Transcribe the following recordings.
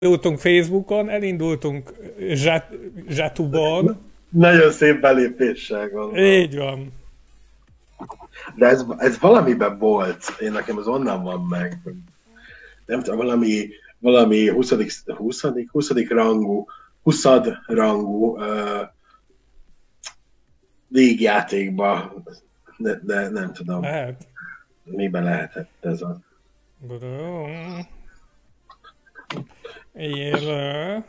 Elindultunk Facebookon, elindultunk Zsatubon. Nagyon szép belépéssel gondolom. Így van. De ez valamiben volt. Én nekem az onnan van meg. Nem tudom, valami 20. rangú, 20. rangú végjátékba, de nem tudom. Lehet. Miben lehetett ez a... Élő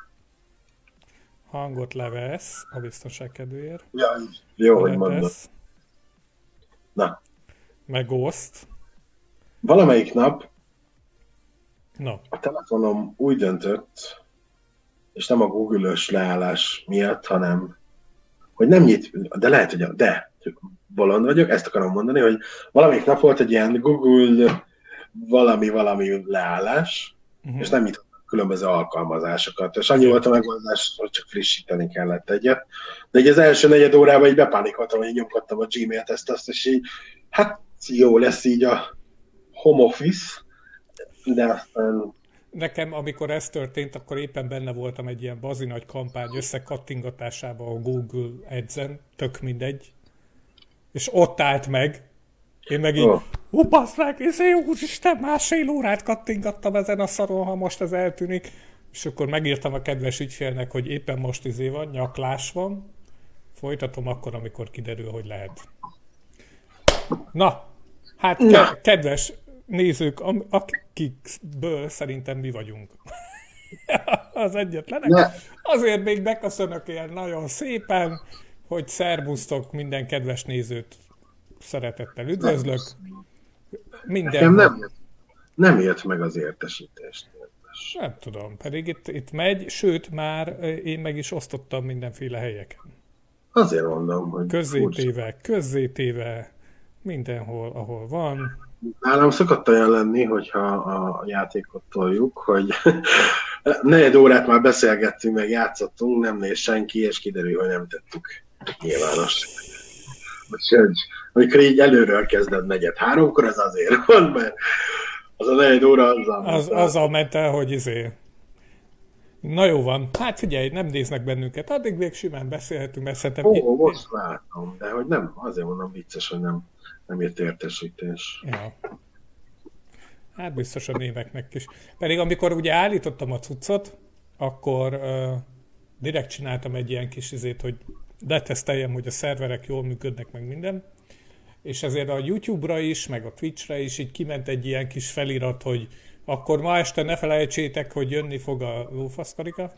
hangot levesz a biztonság kedvéért. Ja, jó, hogy mondod. Na. Meg Ghost. Valamelyik nap No. a telefonom úgy döntött, és nem a Google-ös leállás miatt, hanem hogy nem nyit, de lehet, hogy bolond vagyok, ezt akarom mondani, hogy valamelyik nap volt egy ilyen Google valami leállás, és nem nyitott különböző alkalmazásokat. És annyi volt a megoldás, hogy csak frissíteni kellett egyet. De így az első negyed órában így bepánikoltam, hogy nyomkodtam a Gmail-t ezt, és így, hát jó lesz így a home office, de aztán... Nekem, amikor ez történt, akkor éppen benne voltam egy ilyen bazi nagy kampány összekattingatásában a Google Ads-en, tök mindegy. És ott állt meg. Én meg így, basz meg, úristen, másfél órát kattingattam ezen a szaron, ha most ez eltűnik. És akkor megírtam a kedves ügyfélnek, hogy éppen most van, nyaklás van. Folytatom akkor, amikor kiderül, hogy lehet. Na, hát kedves nézők, akikből szerintem mi vagyunk. Az egyetlenek. Azért még beköszönök ilyen nagyon szépen, hogy szervusztok, minden kedves nézőt szeretettel üdvözlök. Nem jött meg az értesítést. Nem tudom, pedig itt megy, sőt, már én meg is osztottam mindenféle helyeken. Azért mondom, hogy... Közzétéve, mindenhol, ahol van. Nálam szokott olyan lenni, hogyha a játékot toljuk, hogy 4 órát már beszélgettünk, meg játszottunk, nem néz senki, és kiderül, hogy nem tettük nyilvános. Úgyhogy amikor így előről kezded 4:03-kor, ez azért van, mert az a 4 óra azzal ment el, hogy Na jó van, hát figyelj, nem néznek bennünket, addig még simán beszélhetünk, mert szerintem... Most látom, de hogy nem, azért mondom vicces, hogy nem jött értesítés. Ja. Hát biztos a némeknek is. Pedig amikor ugye állítottam a cuccot, akkor direkt csináltam egy ilyen kis hogy leteszteljem, hogy a szerverek jól működnek, meg minden. És ezért a YouTube-ra is, meg a Twitch-re is így kiment egy ilyen kis felirat, hogy akkor ma este ne felejtsétek, hogy jönni fog a lófaszkarika.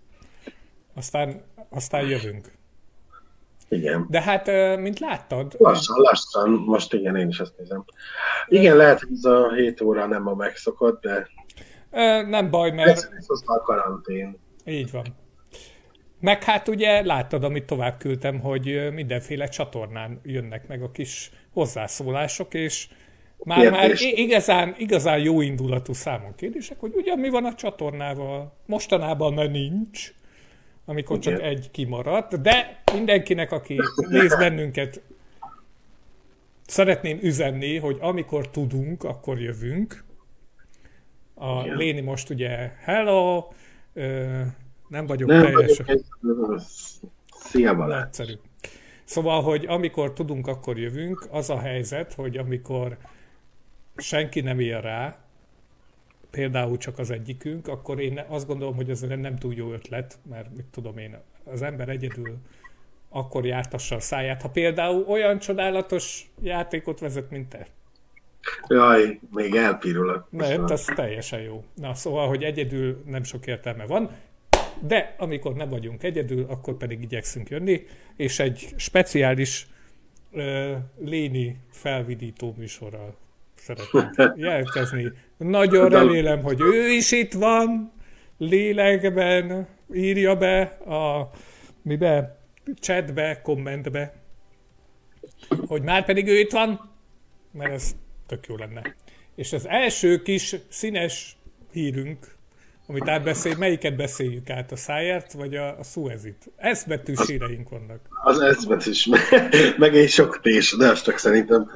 Aztán jövünk. Igen. De hát, mint láttad... Lassan, most igen, én is ezt nézem. Igen, lehet, hogy ez a 7 óra nem a megszokott, de... Nem baj, mert... Ez a karantén. Így van. Meg hát ugye láttad, amit tovább küldtem, hogy mindenféle csatornán jönnek meg a kis hozzászólások, és már igazán jó indulatú számon kérdések, hogy ugyan mi van a csatornával. Mostanában már nincs, amikor csak egy kimaradt, de mindenkinek, aki néz bennünket, szeretném üzenni, hogy amikor tudunk, akkor jövünk. A Léni most ugye hello, nem vagyok teljesen. Szia Balázs. Nagyszerű. Szóval, hogy amikor tudunk, akkor jövünk. Az a helyzet, hogy amikor senki nem ér rá, például csak az egyikünk, akkor én azt gondolom, hogy ez nem túl jó ötlet, mert mit tudom én, az ember egyedül akkor jártassa a száját, ha például olyan csodálatos játékot vezet, mint te. Jaj, még elpirulok. Nem, ez teljesen jó. Na, szóval, hogy egyedül nem sok értelme van, de amikor nem vagyunk egyedül, akkor pedig igyekszünk jönni, és egy speciális Léni felvidító műsorral szeretnénk jelentkezni. Nagyon remélem, hogy ő is itt van, lélekben, írja be a chatbe, kommentbe, hogy már pedig ő itt van, mert ez tök jó lenne. És az első kis színes hírünk, amit átbeszél, melyiket beszéljük át, a Szájert vagy a Suezit? S-betűs híreink vannak. Az S-betűs, meg egy sok tés, de azt csak szerintem.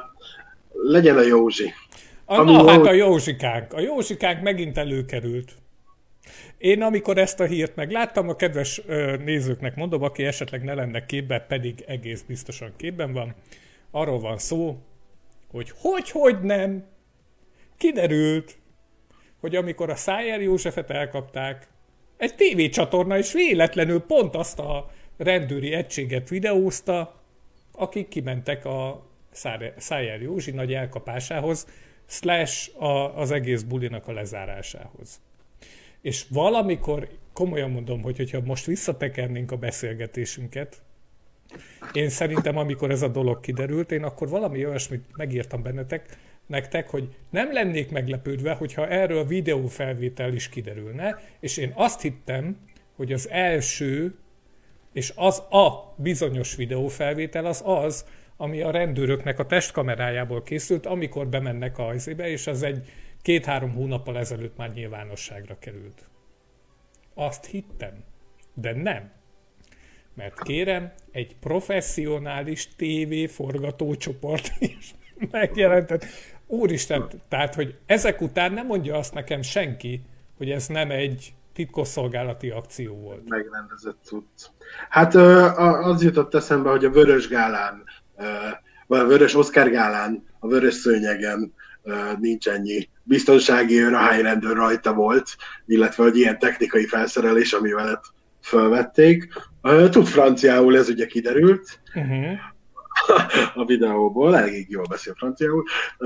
Legyen a Józsi. Hát a Józsikánk. A Józsikánk megint előkerült. Én amikor ezt a hírt megláttam, a kedves nézőknek mondom, aki esetleg ne lenne képben, pedig egész biztosan képben van, arról van szó, hogy nem, kiderült, hogy amikor a Szájer Józsefet elkapták, egy tévécsatorna is véletlenül pont azt a rendőri egységet videózta, akik kimentek a Szájer Józsi nagy elkapásához, az egész bulinak a lezárásához. És valamikor, komolyan mondom, hogyha most visszatekernénk a beszélgetésünket, én szerintem, amikor ez a dolog kiderült, én akkor valami olyasmit megírtam nektek, hogy nem lennék meglepődve, hogyha erről videófelvétel is kiderülne, és én azt hittem, hogy az első, és az a bizonyos videófelvétel az, ami a rendőröknek a testkamerájából készült, amikor bemennek a hajzébe, és az egy 2-3 hónappal ezelőtt már nyilvánosságra került. Azt hittem, de nem. Mert kérem, egy professzionális TV forgatócsoport is megjelentett. Úristen, tehát, hogy ezek után nem mondja azt nekem senki, hogy ez nem egy titkosszolgálati akció volt. Megrendezett cucc. Hát az jutott eszembe, hogy a Vörös Gálán, vagy a Vörös Oscar Gálán, a Vörös Szőnyegen nincs ennyi biztonsági őr, ahány rendőr rajta volt, illetve hogy ilyen technikai felszerelés, amivel felvették. Tud franciául, ez ugye kiderült a videóból, elég jól beszél franciául.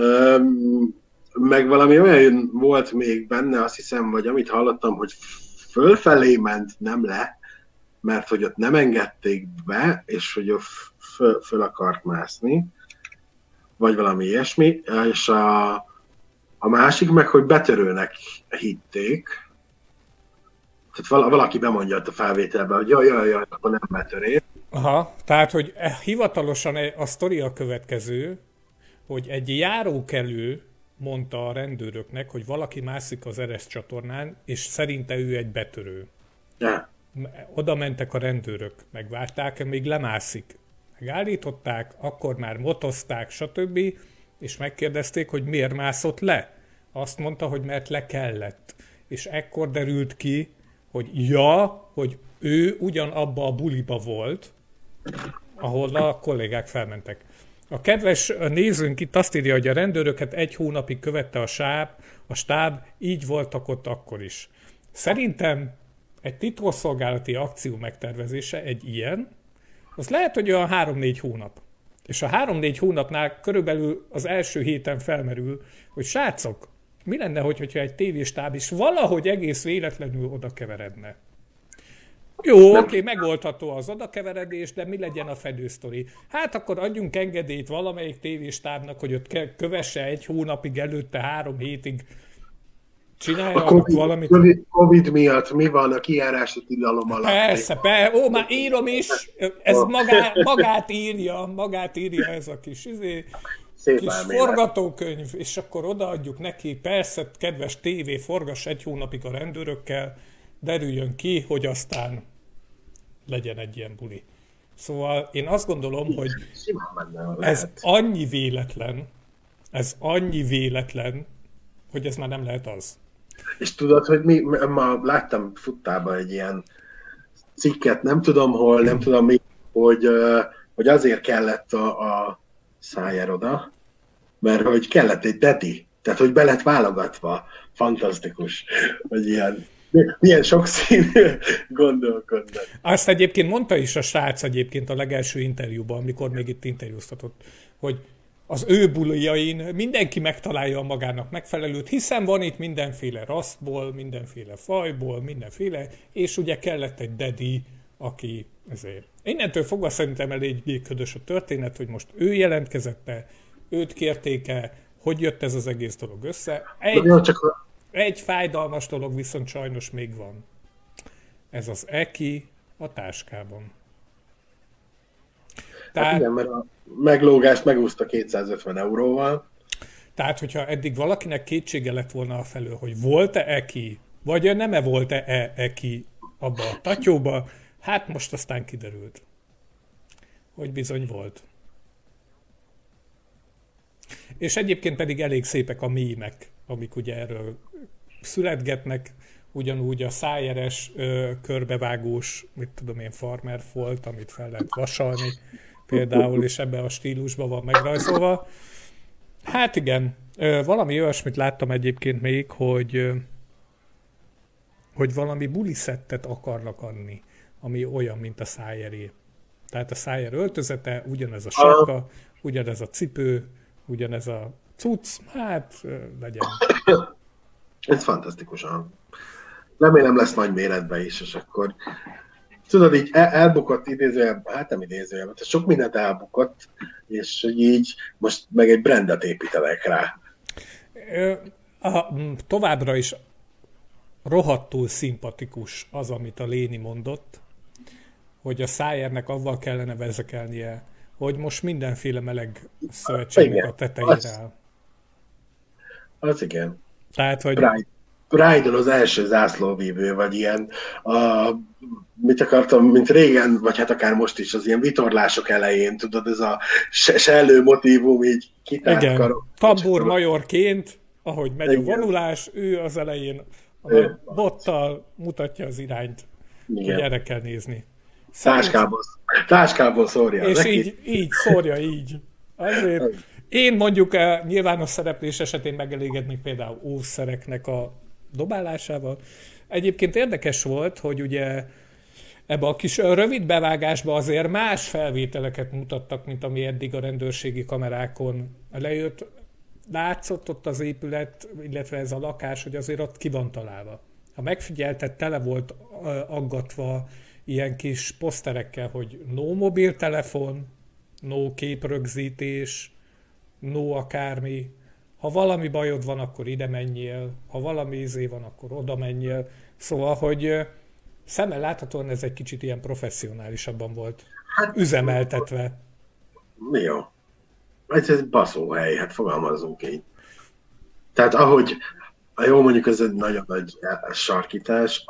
Meg valami olyan volt még benne, azt hiszem, vagy amit hallottam, hogy fölfelé ment, nem le, mert hogy ott nem engedték be, és hogy föl akart mászni, vagy valami ilyesmi, és a másik meg, hogy betörőnek hitték. Tehát valaki bemondja ott a felvételben, hogy jaj, akkor nem betörés. Aha, tehát, hogy hivatalosan a sztori a következő, hogy egy járókelő mondta a rendőröknek, hogy valaki mászik az Eresz csatornán, és szerinte ő egy betörő. Ja. Oda mentek a rendőrök, megvárták, még lemászik. Megállították, akkor már motozták, stb. És megkérdezték, hogy miért mászott le. Azt mondta, hogy mert le kellett. És ekkor derült ki, hogy ő ugyanabba a buliba volt, ahol a kollégák felmentek. A kedves nézőnk itt azt írja, hogy a rendőröket 1 hónapig követte a stáb, így voltak ott akkor is. Szerintem egy titkosszolgálati akció megtervezése, egy ilyen, az lehet, hogy olyan 3-4 hónap. És a 3-4 hónapnál körülbelül az első héten felmerül, hogy srácok, mi lenne, hogyha egy tévéstáb is valahogy egész véletlenül oda keveredne? Jó, oké, megoldható az odakeveredés, de mi legyen a fedősztori? Hát akkor adjunk engedélyt valamelyik tévéstábnak, hogy ott kövesse 1 hónapig, előtte 3 hétig csináljanak valamit. Covid miatt mi van a kijárási tilalom alatt? Persze, már írom is, ez magát írja ez a kis forgatókönyv, és akkor odaadjuk neki, persze, kedves tévé, forgass 1 hónapig a rendőrökkel, derüljön ki, hogy aztán legyen egy ilyen buli. Szóval én azt gondolom, hogy ez annyi véletlen, hogy ez már nem lehet az. És tudod, hogy ma láttam futtában egy ilyen cikket, nem tudom hol, nem tudom mi, hogy azért kellett a Szájer oda, mert hogy kellett egy teti, tehát hogy be lett válogatva. Fantasztikus, hogy milyen sokszínű gondolkodnak. Azt egyébként mondta is a srác egyébként a legelső interjúban, amikor még itt interjúztatott, hogy az ő bulijain mindenki megtalálja a magának megfelelőt, hiszen van itt mindenféle rasszból, mindenféle fajból, mindenféle, és ugye kellett egy dedi, aki ezért. Innentől fogva szerintem eléggé ködös a történet, hogy most ő jelentkezette, őt kérték-e, hogy jött ez az egész dolog össze. Egy fájdalmas dolog viszont sajnos még van. Ez az eki a táskában. Tehát, igen, mert a meglógást megúszta 250 euróval. Tehát, hogyha eddig valakinek kétsége lett volna a felől, hogy volt-e eki, vagy nem-e volt-e eki abba a tatyóba, hát most aztán kiderült, hogy bizony volt. És egyébként pedig elég szépek a mémek, amik ugye erről születgetnek, ugyanúgy a szájeres, körbevágós, mit tudom én, farmer folt, amit fel lehet vasalni például, és ebben a stílusban van megrajzolva. Hát igen, valami olyasmit láttam egyébként még, hogy valami buliszettet akarnak adni, ami olyan, mint a szájeré. Tehát a szájer öltözete, ugyanez a sapka, ugyanez a cipő, ugyanez a cucc, hát legyen. Ez fantasztikusan. Remélem lesz nagy méretben is, és akkor tudod, így elbukott idézőjelben, hát nem idézőjelben, sok mindent elbukott, és hogy így most meg egy brandet építenek rá. Továbbra is rohadtul szimpatikus az, amit a Léni mondott, hogy a Szájernek avval kellene vezekelnie, hogy most mindenféle meleg szövetségnek a tetejére áll. Az igen. Tehát, hogy... Pride-on az első zászlóvívő, vagy ilyen, mit akartam, mint régen, vagy hát akár most is, az ilyen vitorlások elején, tudod, ez a sellő motívum így kitárt igen, karok. tambúr majorként, ahogy megy igen. A vonulás, ő az elején a bottal mutatja az irányt, igen. Hogy erre kell nézni. Táskából szórja. És így szórja, így. Azért én mondjuk a nyilvános szereplés esetén megelégednék például óvszereknek a dobálásával. Egyébként érdekes volt, hogy ugye ebbe a kis rövid bevágásba azért más felvételeket mutattak, mint ami eddig a rendőrségi kamerákon lejött. Látszott ott az épület, illetve ez a lakás, hogy azért ott ki van találva. Ha megfigyelted, tele volt aggatva ilyen kis poszterekkel, hogy no mobiltelefon, no képrögzítés, no akármi. Ha valami bajod van, akkor ide menjél, ha valami izé van, akkor oda menjél. Szóval, hogy szemmel láthatóan ez egy kicsit ilyen professzionálisabban volt üzemeltetve. Jó. Ez baszóhely, hát fogalmazzunk így. Tehát ahogy, jó mondjuk ez egy nagyon nagy sarkítás,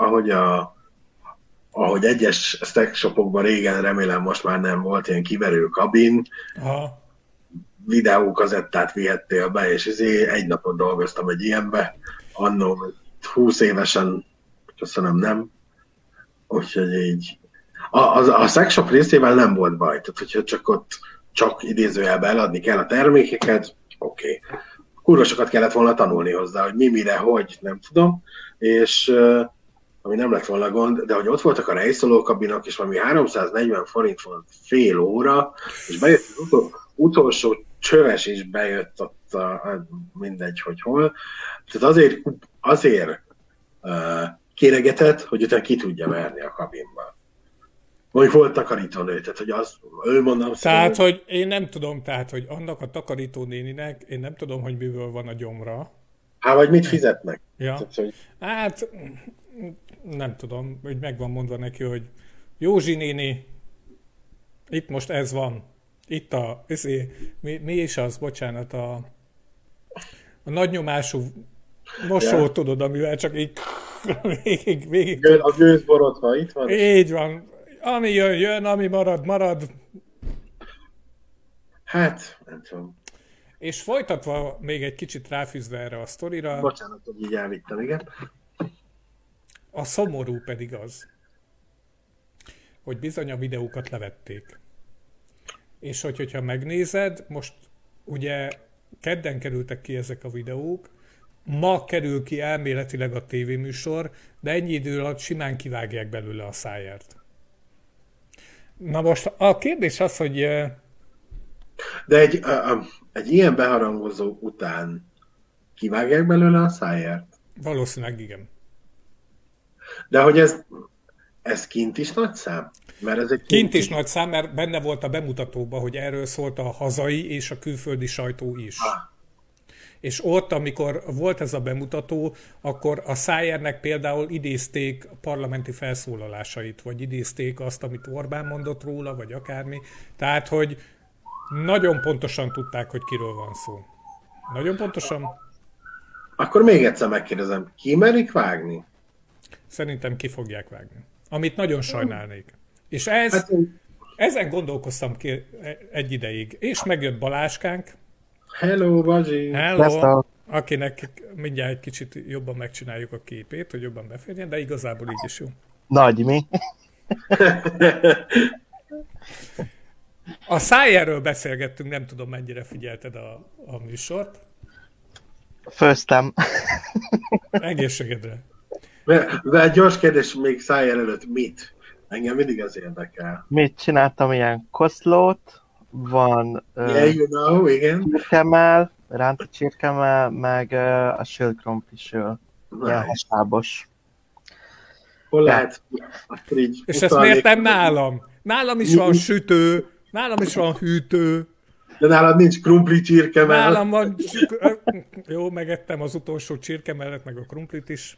ahogy egyes stack shopokban régen, remélem most már nem volt ilyen kiverő kabin, videókazettát vihettél be, és egy napot dolgoztam egy ilyenbe, annó 20 évesen, köszönöm, nem. Úgyhogy így. A sex shop részével nem volt baj, tehát hogyha csak idézőjelben eladni kell a termékeket, oké. Kurva sokat kellett volna tanulni hozzá, hogy mi, mire, hogy, nem tudom, és ami nem lett volna gond, de hogy ott voltak a rejszolókabinok, és valami 340 forint volt fél óra, és bejött az utolsó csöves is bejött ott, mindegy, hogy hol. Tehát azért kéregetett, hogy utána ki tudja verni a kabinba. Vagy volt takarítónő, tehát hogy ő mondom... Tehát, hogy én nem tudom, hogy annak a takarítónéninek, én nem tudom, hogy miből van a gyomra. Vagy mit fizetnek? Ja. Tehát, hogy... Hát, nem tudom, hogy meg van mondva neki, hogy Józsi néni, itt most ez van. Itt mi is az, bocsánat, a nagynyomású mosó, tudod, amivel csak így végig... A gőzborotva, itt van. Így van. Ami jön, ami marad. Hát, nem tudom. És folytatva még egy kicsit ráfűzve erre a sztorira... Bocsánat, hogy így elvittem, igen. A szomorú pedig az, hogy bizony a videókat levették. És hogyha megnézed, most ugye kedden kerültek ki ezek a videók, ma kerül ki elméletileg a tévéműsor, de ennyi idő alatt simán kivágják belőle a száját. Na most a kérdés az, hogy... De egy ilyen beharangozó után kivágják belőle a száját? Valószínűleg igen. De hogy ez kint is nagy szám? Mert ez kint is nagy szám, mert benne volt a bemutatóban, hogy erről szólt a hazai és a külföldi sajtó is. És ott, amikor volt ez a bemutató, akkor a Szájernek például idézték a parlamenti felszólalásait, vagy idézték azt, amit Orbán mondott róla, vagy akármi. Tehát, hogy nagyon pontosan tudták, hogy kiről van szó. Nagyon pontosan. Akkor még egyszer megkérdezem, ki merik vágni? Szerintem ki fogják vágni. Amit nagyon sajnálnék. És ezen gondolkoztam ki egy ideig. És megjött Baláskánk. Hello, Bazsi! Hello! akinek mindjárt egy kicsit jobban megcsináljuk a képét, hogy jobban beférjen, de igazából így is jó. Nagy mi? A Szájerről beszélgettünk, nem tudom, mennyire figyelted a műsort. Főztem. Egészségedre. De egy gyors kérdés még Szájer előtt, mit? Engem mindig az érdekel. Mit csináltam? Ilyen koszlót, van Yeah, you know, igen. csirkemell, rántott csirkemell, meg a sült krumplisül. Ilyen hasábos. Hol lehet? Akkor így és ezt miért nem nálam? Nálam is van sütő, nálam is van hűtő. De nálad nincs krumpli csirkemell. Nálam van... Jó, megettem az utolsó csirkemellet, meg a krumplit is.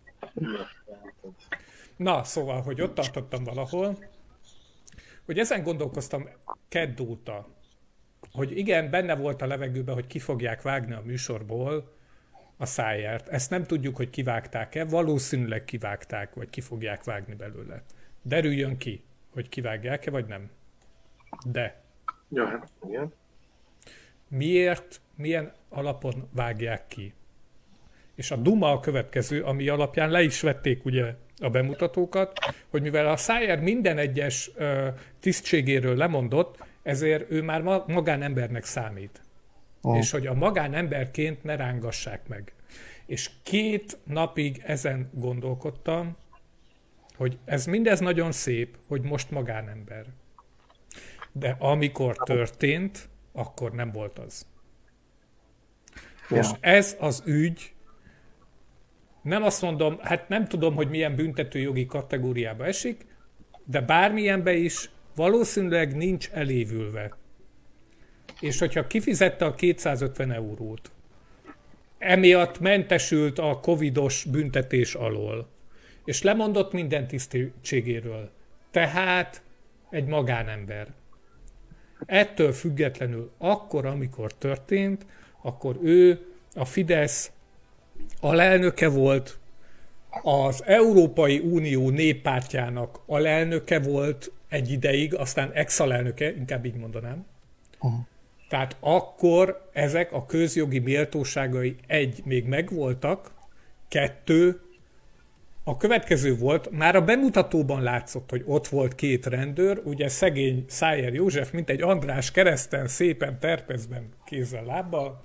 Na, szóval, hogy ott tartottam valahol, hogy ezen gondolkoztam kedd óta, hogy igen, benne volt a levegőben, hogy ki fogják vágni a műsorból a Szájert. Ezt nem tudjuk, hogy kivágták-e, valószínűleg kivágták, vagy ki fogják vágni belőle. Derüljön ki, hogy kivágják-e, vagy nem. De Ja, hát igen. miért, milyen alapon vágják ki? És a duma a következő, ami alapján le is vették ugye a bemutatókat, hogy mivel a Szájer minden egyes tisztségéről lemondott, ezért ő már magánembernek számít. És hogy a magánemberként ne rángassák meg. És 2 napig ezen gondolkodtam, hogy ez mindez nagyon szép, hogy most magánember. De amikor történt, akkor nem volt az. Ja. És ez az ügy, nem azt mondom, hát nem tudom, hogy milyen büntetőjogi kategóriába esik, de bármilyenbe is valószínűleg nincs elévülve. És hogyha kifizette a 250 eurót, emiatt mentesült a covidos büntetés alól, és lemondott minden tisztségéről, tehát egy magánember. Ettől függetlenül akkor, amikor történt, akkor ő a Fidesz alelnöke volt, az Európai Unió néppártjának alelnöke volt egy ideig, aztán ex-alelnöke, inkább így mondanám. Tehát akkor ezek a közjogi méltóságai 1 még megvoltak, 2 a következő volt, már a bemutatóban látszott, hogy ott volt 2 rendőr, ugye szegény Szájer József, mint egy András kereszten, szépen terpezben, kézzel, lábbal.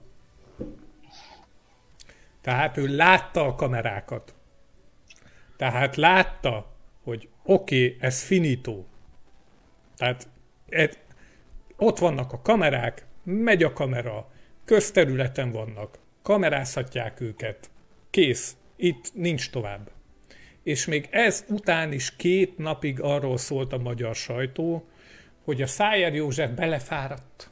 Tehát ő látta a kamerákat. Tehát látta, hogy oké, ez finito. Tehát ott vannak a kamerák, megy a kamera, közterületen vannak, kamerázhatják őket, kész, itt nincs tovább. És még ez után is 2 napig arról szólt a magyar sajtó, hogy a Szájer József belefáradt.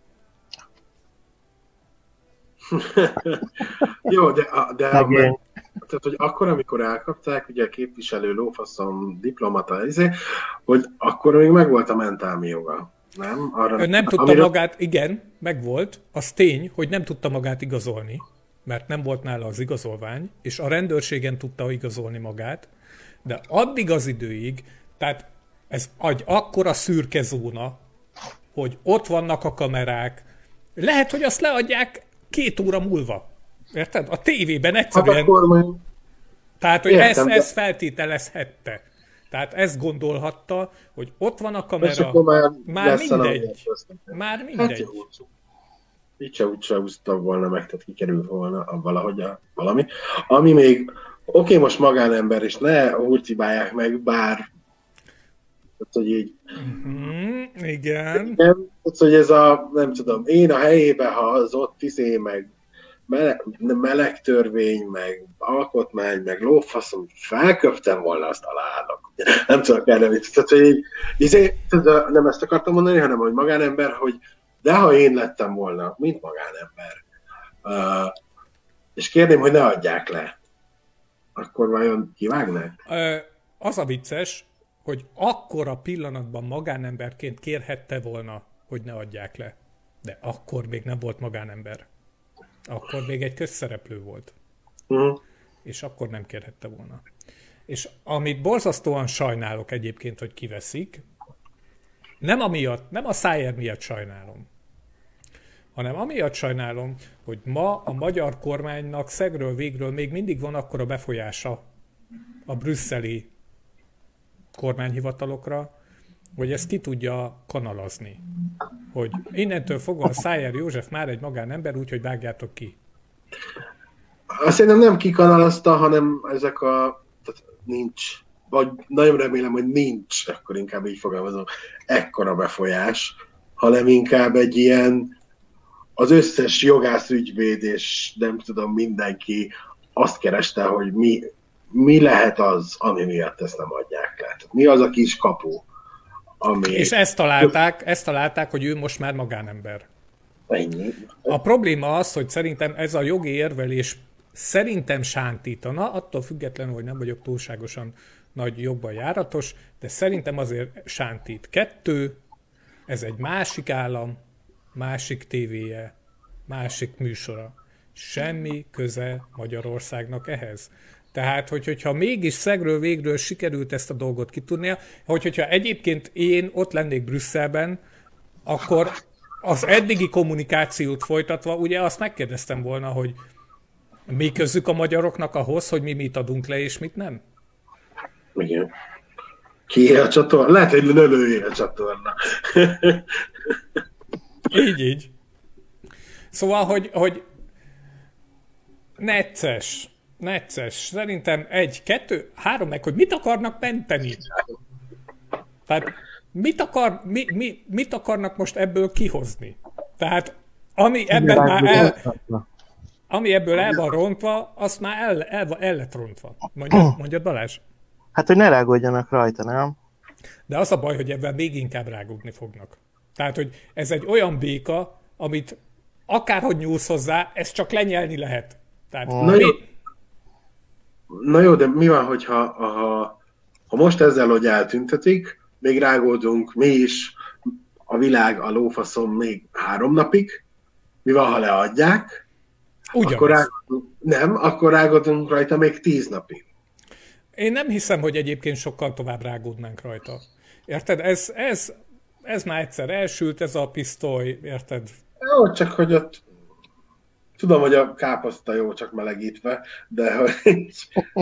Jó, tehát, hogy akkor, amikor elkapták, ugye a képviselő lófaszom diplomata, hogy akkor még megvolt a mentálmi joga. Nem? Ő nem tudta magát, igen, megvolt, az tény, hogy nem tudta magát igazolni, mert nem volt nála az igazolvány, és a rendőrségen tudta igazolni magát, de addig az időig, tehát ez akkora szürke zóna, hogy ott vannak a kamerák, lehet, hogy azt leadják 2 óra múlva. Érted? A tévében egyszerűen... Tehát, hogy ezt feltételezhette. Tehát ezt gondolhatta, hogy ott van a kamera, már mindegy. Már mindegy. Hát, így se úgy se húztam volna meg, tehát kikerült volna valahogy valami. Ami még, oké, most magánember, és ne hurcibálják meg, bár tehát, hogy így... Igen. Tehát, hogy ez a, nem tudom, én a helyében, ha az ott meg meleg törvény, meg alkotmány, meg lófaszom, felköptem volna, azt találnak. Nem tudok erre mit. Tehát, hogy így, nem ezt akartam mondani, hanem hogy magánember, hogy de ha én lettem volna, mint magánember, és kérném, hogy ne adják le, akkor vajon kivágnák? Az a vicces, hogy akkor a pillanatban magánemberként kérhette volna, hogy ne adják le. De akkor még nem volt magánember. Akkor még egy közszereplő volt. És akkor nem kérhette volna. És amit borzasztóan sajnálok egyébként, hogy kiveszik, nem a Szájer miatt sajnálom, hanem amiatt sajnálom, hogy ma a magyar kormánynak szegről végről még mindig van akkora befolyása a brüsszeli kormányhivatalokra, hogy ezt ki tudja kanalazni. Hogy innentől fogva a Szájer József már egy magánember, úgyhogy vágjátok ki. Azt szerintem nem kikanalazta, hanem ezek tehát nincs, vagy nagyon remélem, hogy nincs, akkor inkább így fogalmazom, ekkora befolyás, hanem inkább egy ilyen az összes jogász ügyvéd és nem tudom, mindenki azt kereste, hogy mi lehet az, ami miatt ezt nem adják le. Mi az a kis kapu, ami... És ezt találták, hogy ő most már magánember. Ennyi. A probléma az, hogy szerintem ez a jogi érvelés szerintem sántítana, attól függetlenül, hogy nem vagyok túlságosan nagy jogban járatos, de szerintem azért sántít. 2, ez egy másik állam, másik tévéje, másik műsora. Semmi köze Magyarországnak ehhez. Tehát, hogyha mégis szegről végről sikerült ezt a dolgot kitudnia, hogyha egyébként én ott lennék Brüsszelben, akkor az eddigi kommunikációt folytatva, ugye azt megkérdeztem volna, hogy mi közük a magyaroknak ahhoz, hogy mi mit adunk le, és mit nem? Igen. Ki a csatorna? Lehet, hogy lője a csatorna. Így. Szóval, hogy necces. Szerintem 1, 2, 3, meg hogy mit akarnak menteni. Tehát mit akarnak most ebből kihozni? Tehát ami ebből el van rontva, azt már el lett rontva. Mondjad Balázs? Hát, hogy ne rágódjanak rajta, nem? De az a baj, hogy ebben még inkább rágódni fognak. Tehát, hogy ez egy olyan béka, amit akárhogy nyúlsz hozzá, ezt csak lenyelni lehet. Tehát, Na jó, de mi van, hogyha ha most ezzel, hogy eltüntetik, még rágódunk mi is, a világ, a lófaszom még 3 napig, mi van, ha leadják, akkor rágódunk rajta még 10 napig. Én nem hiszem, hogy egyébként sokkal tovább rágódnánk rajta. Érted? Ez már egyszer elsült, ez a pisztoly, érted? Jó, csak hogy ott tudom, hogy a káposzta jó, csak melegítve, de hogy...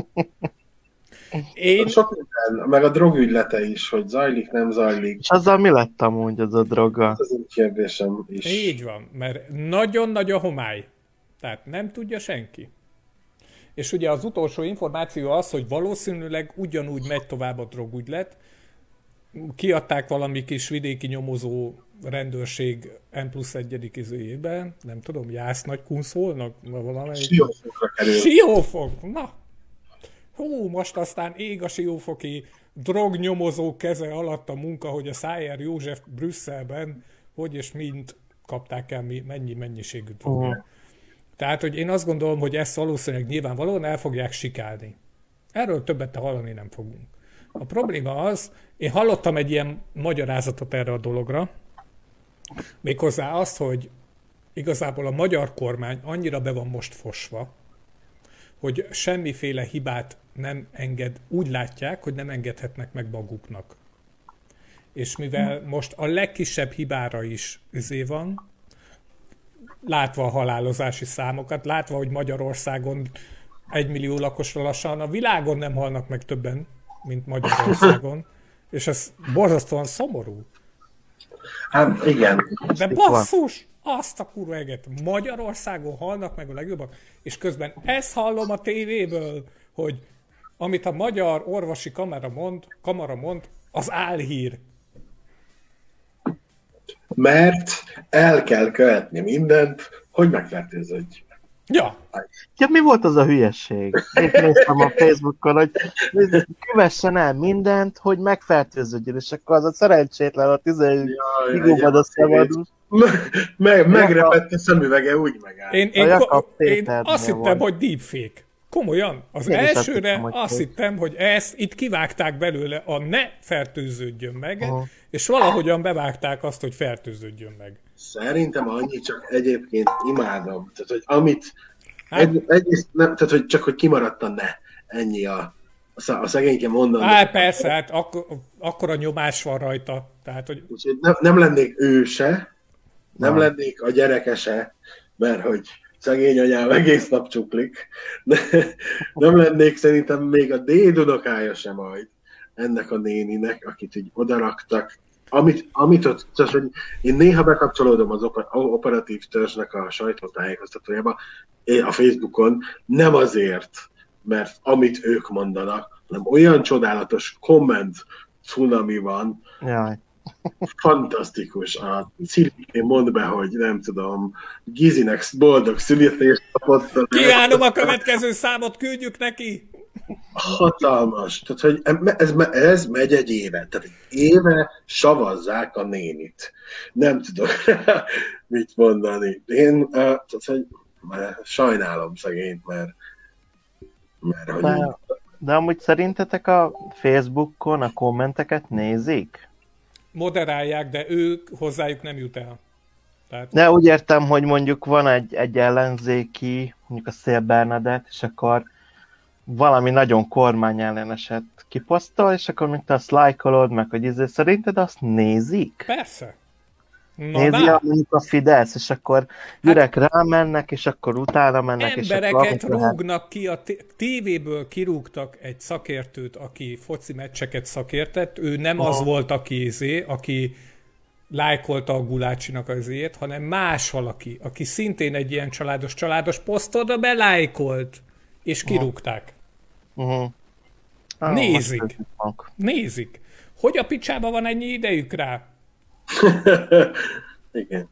Sok minden, meg a drogügylete is, hogy zajlik, nem zajlik. És azzal mi lett amúgy az a droga? Ez egy kérdésem is. Így van, mert nagyon nagy a homály. Tehát nem tudja senki. És ugye az utolsó információ az, hogy valószínűleg ugyanúgy megy tovább a drogügylet. Kiadták valami kis vidéki nyomozó rendőrség N+1 izőjében, nem tudom, Jász nagy kunszolnak? Siófokra kerül. Siófok! Na! Hú, most aztán ég a siófoki drognyomozó keze alatt a munka, hogy a Szájer József Brüsszelben hogy és mint kapták el mennyi mennyiségű drogot. Tehát, hogy én azt gondolom, hogy ezt valószínűleg nyilvánvalóan el fogják sikálni. Erről többet hallani nem fogunk. A probléma az, én hallottam egy ilyen magyarázatot erre a dologra, méghozzá azt, hogy igazából a magyar kormány annyira be van most fosva, hogy semmiféle hibát nem enged, úgy látják, hogy nem engedhetnek meg maguknak. És mivel most a legkisebb hibára is van, látva a halálozási számokat, látva, hogy Magyarországon 1 millió lakosra lassan, a világon nem halnak meg többen, mint Magyarországon, és ez borzasztóan szomorú. Hát igen. De basszus! Azt a kurva eget. Magyarországon halnak meg a legjobbak, és közben ezt hallom a tévéből, hogy amit a magyar orvosi kamara mond, az álhír. Mert el kell követni mindent, hogy megfertőződj. Ja. Ja, mi volt az a hülyesség? Én néztem a Facebookon, hogy kövessen el mindent, hogy megfertőződjön, és akkor az a szerencsétlen a igóban a szabadul. Megrepett a szemüvege, úgy megáll. Én azt hittem, hogy deepfake. Komolyan. Az elsőre azt hittem, hogy ezt itt kivágták belőle a ne fertőződjön meg, és valahogyan bevágták azt, hogy fertőződjön meg. Szerintem annyi, csak egyébként imádom. Tehát, hogy amit egyrészt nem, tehát, hogy csak hogy kimaradt a ne. Ennyi a szegényke mondani. Persze, hát akkor a nyomás van rajta. Tehát, hogy... Úgyhogy nem lennék ő se, Nem lennék a gyerekese, mert hogy szegény anyám egész nap csuklik, de nem lennék szerintem még a dédunokája sem majd ennek a néninek, akit így odaraktak. Amit ott, tehát, hogy én néha bekapcsolódom az operatív törzsnek a sajtótájékoztatójába, a Facebookon, nem azért, mert amit ők mondanak, hanem olyan csodálatos komment cunami van, Jaj. fantasztikus. A Szilviké mond be, hogy nem tudom, Gizinek boldog születésnapot. Kívánom a következő számot, küldjük neki! Hatalmas. Tehát, hogy ez megy egy éve. Tehát egy éve savazzák a nénit. Nem tudok mit mondani. Én tehát, hogy sajnálom szegényt, mert hogy... De amúgy szerintetek a Facebookon a kommenteket nézik? Moderálják, de ők hozzájuk nem jut el. Tehát... De úgy értem, hogy mondjuk van egy ellenzéki, mondjuk a Szél Bernadett, és akkor valami nagyon kormányelleneset kiposztol, és akkor még te azt lájkolod, meg hogy szerinted azt nézik? Persze. Nézi mondjuk a Fidesz, és akkor üreg rámennek, és akkor utána mennek. Embereket és akkor rúgnak ki, a tévéből kirúgtak egy szakértőt, aki foci meccseket szakértett, ő nem az volt, aki lájkolta a Gulácsinak az éjét, hanem más valaki, aki szintén egy ilyen családos posztolda belájkolt, és kirúgták. Nézik. Hogy a picsába van ennyi idejük rá? Igen.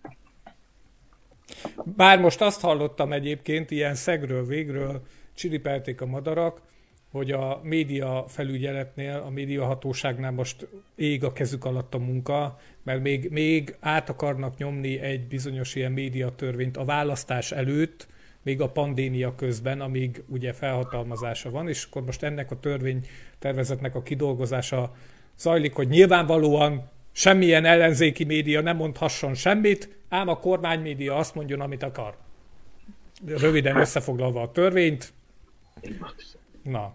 Bár most azt hallottam egyébként, ilyen szegről végről csiripelték a madarak, hogy a média felügyeletnél, a médiahatóságnál most ég a kezük alatt a munka, mert még át akarnak nyomni egy bizonyos ilyen médiatörvényt a választás előtt, még a pandémia közben, amíg ugye felhatalmazása van, és akkor most ennek a törvénytervezetnek a kidolgozása zajlik, hogy nyilvánvalóan semmilyen ellenzéki média nem mondhasson semmit, ám a kormánymédia azt mondjon, amit akar. Röviden összefoglalva a törvényt. Na.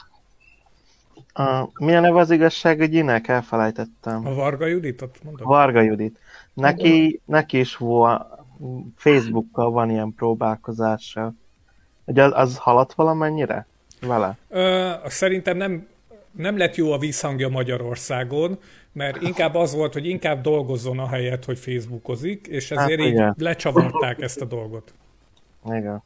Mi a neve az igazságügyinek? Elfelejtettem. A Varga Juditot mondom? Varga Judit. Neki is Facebookkal van ilyen próbálkozása. Ugye az haladt valamennyire vele? Szerintem nem lett jó a vízhangja Magyarországon, mert inkább az volt, hogy inkább dolgozzon ahelyett, hogy Facebookozik, és ezért így lecsavarták ezt a dolgot. Igen.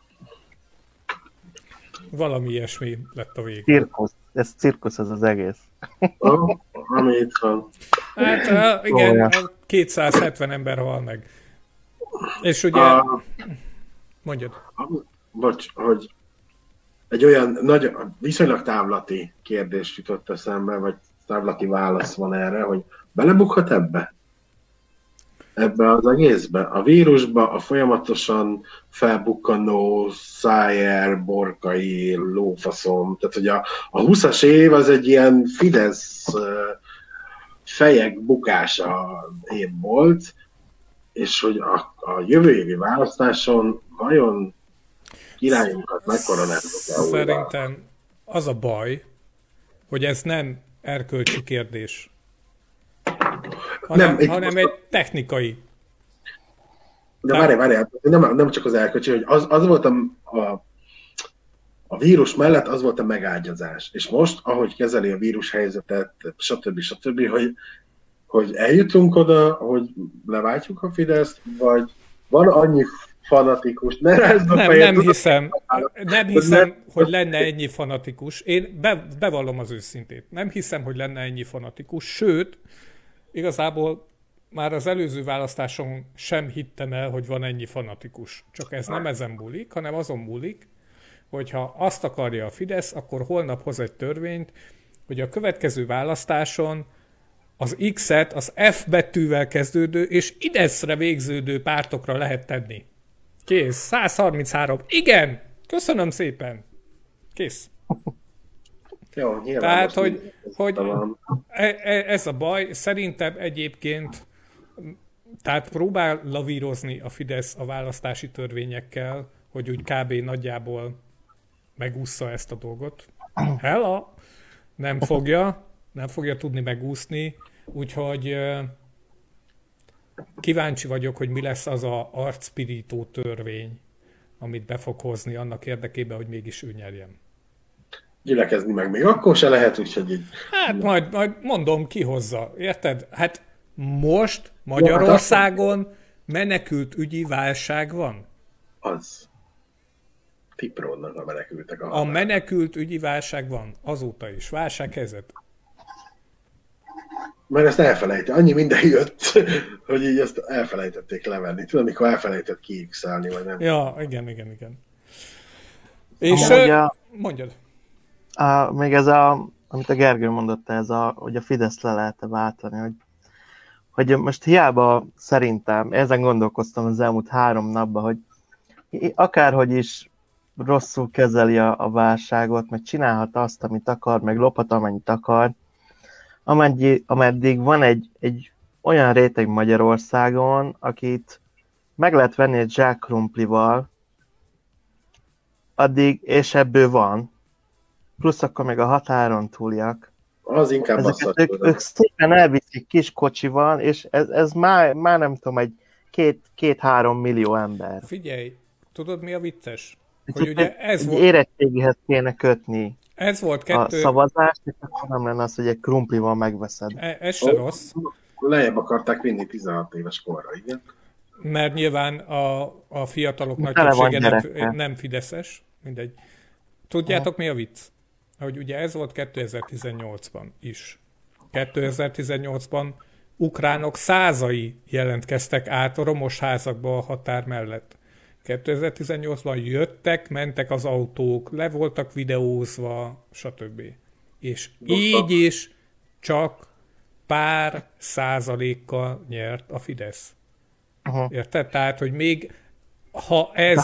Valami ilyesmi lett a vége. Cirkusz. Ez cirkusz, ez az egész. Ami itt van. Hát igen, 270 ember hal meg. És ugye... Mondjad. Bocs, hogy egy olyan viszonylag távlati kérdés jutott eszembe, vagy távlati válasz van erre, hogy belebukhat ebbe? Ebbe az egészbe? A vírusba, a folyamatosan felbukkanó Szájer, Borkai, lófaszom. Tehát, hogy a 20-as év az egy ilyen Fidesz fejek bukása év volt, és hogy a jövő évi választáson vajon királyokat megkoronázzuk-e újra? Szerintem az a baj, hogy ez nem erkölcsi kérdés, hanem egy technikai. De várj, nem csak az erkölcsi, hogy az volt a vírus mellett az volt a megágyazás. És most, ahogy kezeli a vírus helyzetet, stb., hogy eljutunk oda, hogy leváltjuk a Fideszt, vagy van annyi fanatikus, nem hiszem, hogy lenne ennyi fanatikus. Én bevallom az őszintét. Nem hiszem, hogy lenne ennyi fanatikus, sőt, igazából már az előző választáson sem hittem el, hogy van ennyi fanatikus. Csak ez nem ezen múlik, hanem azon múlik, hogyha azt akarja a Fidesz, akkor holnap hoz egy törvényt, hogy a következő választáson az X-et az F betűvel kezdődő és ideszre végződő pártokra lehet tenni. Kész. 133. Igen! Köszönöm szépen. Kész. Jó, tehát, hogy ez a baj, szerintem egyébként, tehát próbál lavírozni a Fidesz a választási törvényekkel, hogy úgy kb. Nagyjából megúszza ezt a dolgot. Hella! Nem fogja tudni megúszni, úgyhogy kíváncsi vagyok, hogy mi lesz az a arcpirító törvény, amit be fog hozni annak érdekében, hogy mégis ő nyerjen. Gyülekezni meg még akkor se lehet, úgyhogy így... Hát majd mondom, ki hozza. Érted? Hát most Magyarországon menekült ügyi válság van. Az. Tipródnak a menekültek. A menekült ügyi válság van. Azóta is. Válsághelyzet. Mert ezt elfelejti. Annyi minden jött, hogy így ezt elfelejtették levenni. Tudod, mikor elfelejtett kiixelni, vagy nem? Ja, igen. És mondjad. Még amit a Gergő mondott, hogy a Fidesz le lehet-e váltani, hogy most hiába szerintem, ezen gondolkoztam az elmúlt 3 napban, hogy akárhogy is rosszul kezeli a válságot, meg csinálhat azt, amit akar, meg lophat, amennyit akar, ameddig van egy olyan réteg Magyarországon, akit meg lehet venni egy zsák krumplival, addig, és ebből van, plusz akkor meg a határon túliak. Az inkább ők szépen elviszik kis kocsival, és ez már nem tudom, egy 2-3 millió ember. Figyelj, tudod mi a vicces? Hogy ugye ez volt... Érettségihez kéne kötni ez volt a szavazást, és akkor nem lenne az, hogy egy krumplival megveszed. Ez se rossz. Lejjebb akarták vinni 16 éves korra, igen. Mert nyilván a fiatalok nagy többsége nem fideszes, mindegy. Tudjátok mi a vicc? Hogy ugye ez volt 2018-ban is. 2018-ban ukránok százai jelentkeztek át a romos házakba a határ mellett. 2018-ban jöttek, mentek az autók, le voltak videózva, stb. És így is csak pár százalékkal nyert a Fidesz. Érted? Tehát, hogy még ha ez...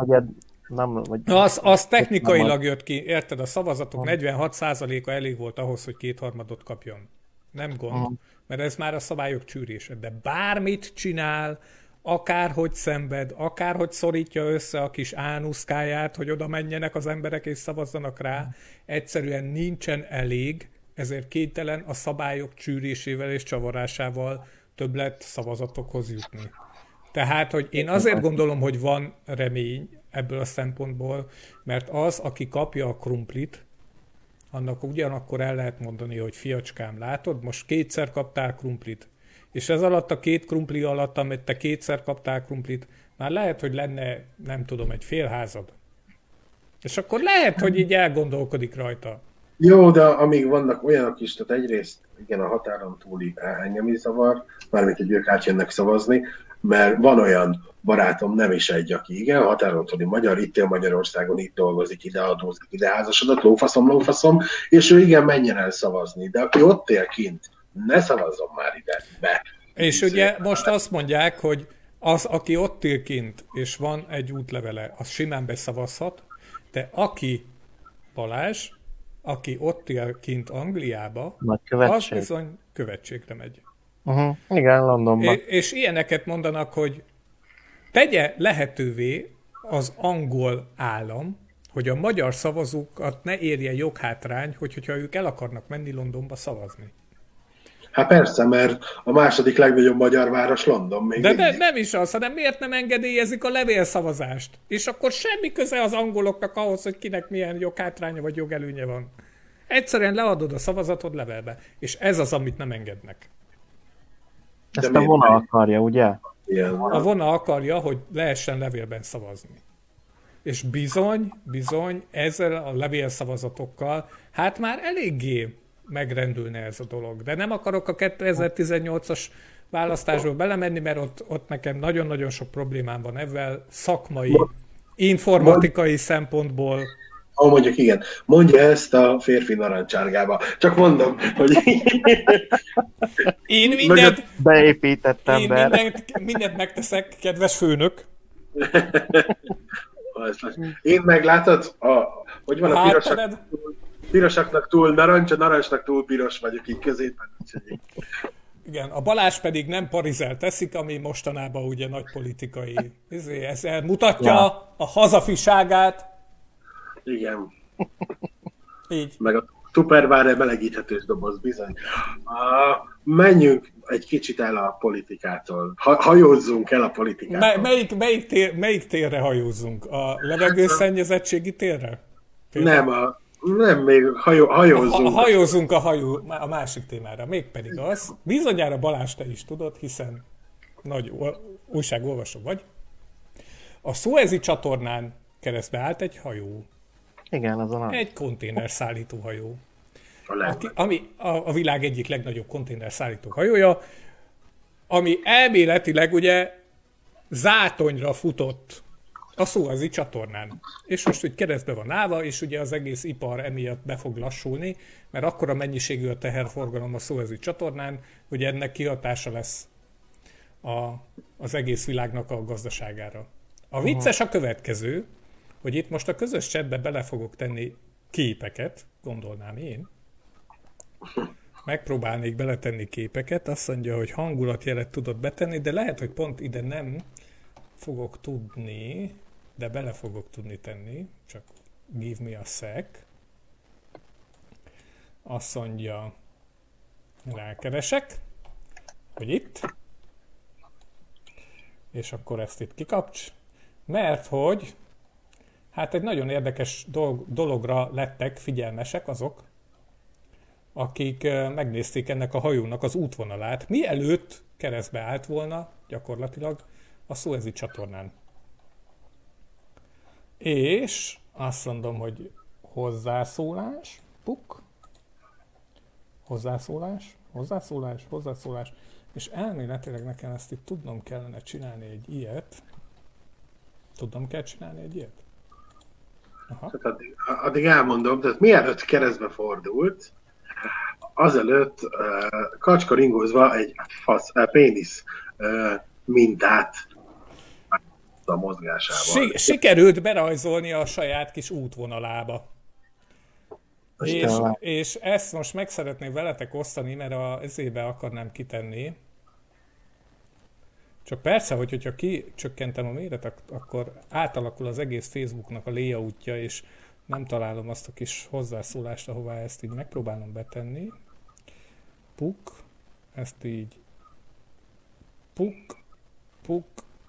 Az technikailag jött ki, érted? A szavazatok 46%-a elég volt ahhoz, hogy 2/3 kapjon. Nem gond, mert ez már a szabályok csűrése. De bármit csinál, akárhogy szenved, akárhogy szorítja össze a kis ánuszkáját, hogy oda menjenek az emberek és szavazzanak rá, egyszerűen nincsen elég, ezért kénytelen a szabályok csűrésével és csavarásával többlet szavazatokhoz jutni. Tehát, hogy én azért gondolom, hogy van remény ebből a szempontból, mert az, aki kapja a krumplit, annak ugyanakkor el lehet mondani, hogy fiacskám, látod, most 2-szer kaptál krumplit, és ez alatt a 2 krumpli alatt, amit te 2-szer kaptál krumplit, már lehet, hogy lenne, nem tudom, egy fél házad. És akkor lehet, hogy így elgondolkodik rajta. Jó, de amíg vannak olyanok is, tehát egyrészt igen, a határon túli engem is zavar, mármint, hogy ők átjönnek szavazni, mert van olyan barátom, nem is egy, aki igen, határon túli magyar, itt él Magyarországon, itt dolgozik, ide adózik, ide házasodott, lófaszom, és ő igen, menjen el szavazni, de aki ott él kint, ne szavazzon már ide be. És ugye most azt mondják, hogy az, aki ott él kint, és van egy útlevele, az simán beszavazhat, de aki Balázs, aki ott él kint Angliába, az bizony követségre megy. Igen, Londonban. És ilyeneket mondanak, hogy tegye lehetővé az angol állam, hogy a magyar szavazókat ne érje joghátrány, hogyha ők el akarnak menni Londonba szavazni. Hát persze, mert a második legnagyobb magyar város London még. De nem is az, hanem miért nem engedélyezik a levélszavazást? És akkor semmi köze az angoloknak ahhoz, hogy kinek milyen joghátránya vagy jogelőnye van. Egyszerűen leadod a szavazatod levélbe. És ez az, amit nem engednek. Ezt a vonal akarja, ugye? Igen. A vonal akarja, hogy lehessen levélben szavazni. És bizony, ezzel a levélszavazatokkal, hát már eléggé megrendülne ez a dolog. De nem akarok a 2018-as választásból belemenni, mert ott nekem nagyon-nagyon sok problémám van ebben, szakmai, informatikai szempontból. Mondjuk igen. Mondja ezt a férfi narancsárgába. Csak mondom, hogy... Én mindent megteszek, kedves főnök. Én meglátod? Hogy van a pirosaknak túl narancs, a narancsnak túl piros vagyok így középen. Igen, a Balázs pedig nem parizel teszik, ami mostanában ugye nagy politikai. Ez mutatja a hazafiságát. Igen. Így. Meg a Tupperware melegíthetős doboz, bizony. Menjünk, egy kicsit el a politikától. Hajózzunk el a politikától. Melyik térre hajózzunk? A levegőszennyezettségi térre? Nem, még hajózzunk. Hajózzunk a másik témára. Mégpedig az, bizonyára Balázs, te is tudod, hiszen nagy újságolvasó vagy. A Szuezi csatornán keresztbe állt egy hajó. Igen, azon az. Egy konténerszállító hajó. Ami a világ egyik legnagyobb konténerszállító hajója, ami elméletileg ugye zátonyra futott a Szuezi csatornán. És most úgy keresztbe van állva, és ugye az egész ipar emiatt be fog lassulni, mert akkora mennyiségű a teherforgalom a Szuezi csatornán, hogy ennek kihatása lesz az egész világnak a gazdaságára. A vicces a következő, hogy itt most a közös chatbe bele fogok tenni képeket, gondolnám én. Megpróbálnék beletenni képeket, azt mondja, hogy hangulatjelet tudod betenni, de lehet, hogy pont ide nem fogok tudni, de bele fogok tudni tenni, csak give me a sec. Azt mondja, rákeresek, hogy itt, és akkor ezt itt kikapcs, mert hogy hát egy nagyon érdekes dologra lettek figyelmesek azok, akik megnézték ennek a hajónak az útvonalát, mielőtt keresztbe állt volna gyakorlatilag a Szuezi csatornán. És azt mondom, hogy hozzászólás, puk, hozzászólás, és elméletileg nekem ezt itt tudnom kellene csinálni egy ilyet. Tudnom kell csinálni egy ilyet? Aha. Addig elmondom, tehát mielőtt keresztbe fordult, azelőtt kacskaringózva egy pénisz mintát a mozgásával. Sikerült berajzolni a saját kis útvonalába. És ezt most meg szeretném veletek osztani, mert ezébe akarnám kitenni. Csak persze, hogyha kicsökkentem a méretet, akkor átalakul az egész Facebooknak a layoutja, és nem találom azt a kis hozzászólást, ahová ezt így megpróbálom betenni. Puk, ezt így. Puk.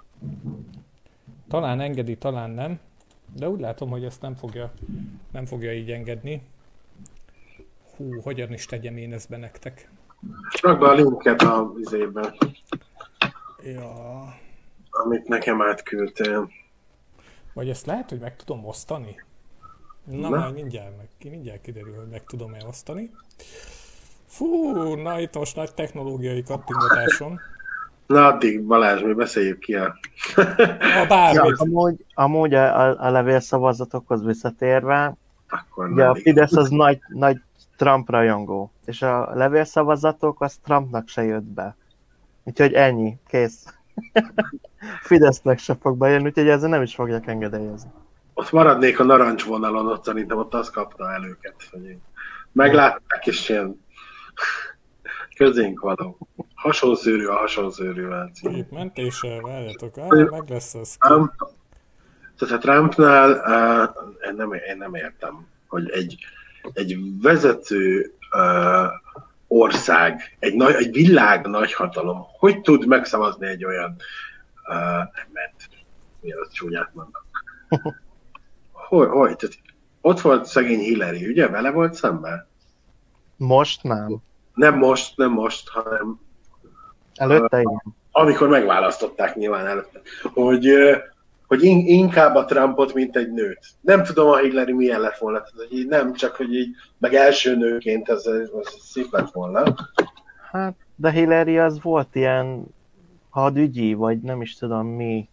Talán engedi, talán nem. De úgy látom, hogy ezt nem fogja így engedni. Hú, hogyan is tegyem én ezt be nektek? Rak be a linket a vizében. Ja. Amit nekem átküldtél. Vagy ezt lehet, hogy meg tudom osztani? Na, majd mindjárt kiderül, hogy meg tudom-e osztani. Fú, na itt most nagy technológiai kattingatáson. Na addig Balázs, mi beszéljük ki a bármit. Ja, amúgy a levélszavazatokhoz visszatérve, ugye a Fidesz az nagy Trump rajongó, és a levélszavazatok az Trumpnak se jött be. Úgyhogy ennyi, kész. Fidesznek se fog bejönni, úgyhogy ezzel nem is fogják engedélyezni. Ott maradnék a narancs vonalon, ott szerintem ott azt kapta el őket. Hogy meglátták, és ilyen közénk való. Hasonszőrű a hasonszőrűvel. Mentéssel, várjatok, meg lesz az. Tehát a Trumpnál én nem értem, hogy egy vezető ország, egy világ nagyhatalom, hogy tud megszavazni egy olyan embert, mielőtt csúnyát mondok. Hogy? Tehát ott volt szegény Hillary, ugye? Vele volt szemben? Most nem. Nem most, hanem előtte igen. Amikor megválasztották nyilván előtte. Hogy inkább a Trumpot, mint egy nőt. Nem tudom, a Hillary milyen lett volna. Tehát, hogy nem csak, hogy így, meg első nőként ez szép lett volna. Hát, de Hillary az volt ilyen hadügyi, vagy nem is tudom mi.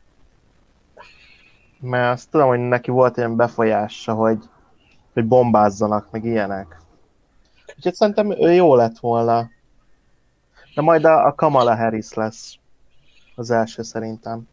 Mert azt tudom, hogy neki volt ilyen befolyása, hogy bombázzanak, meg ilyenek. Úgyhogy szerintem ő jó lett volna. De majd a Kamala Harris lesz az első szerintem.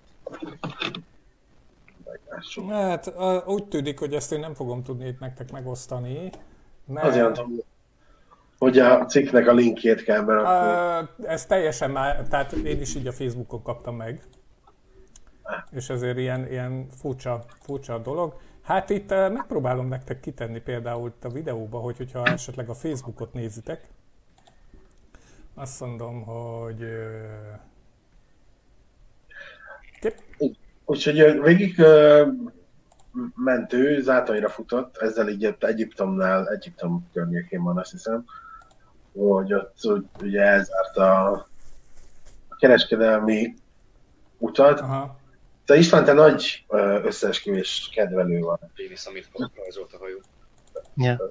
Hát úgy tűnik, hogy ezt én nem fogom tudni itt nektek megosztani. Mert... Azért tudom, hogy a cikknek a linkjét kell berakni. Ez teljesen már, tehát én is így a Facebookon kaptam meg. És ezért ilyen furcsa dolog. Hát itt megpróbálom nektek kitenni például a videóba, hogyha esetleg a Facebookot nézitek, Azt mondom, hogy... Úgyhogy végig ment ő, Zátonyra futott, ezzel így Egyiptom környékén van, azt hiszem, hogy ott ugye elzárt a kereskedelmi utat. Aha. Te István, te nagy összeesküvés kedvelő van. Én is, amit rajzolt a hajó. Ja.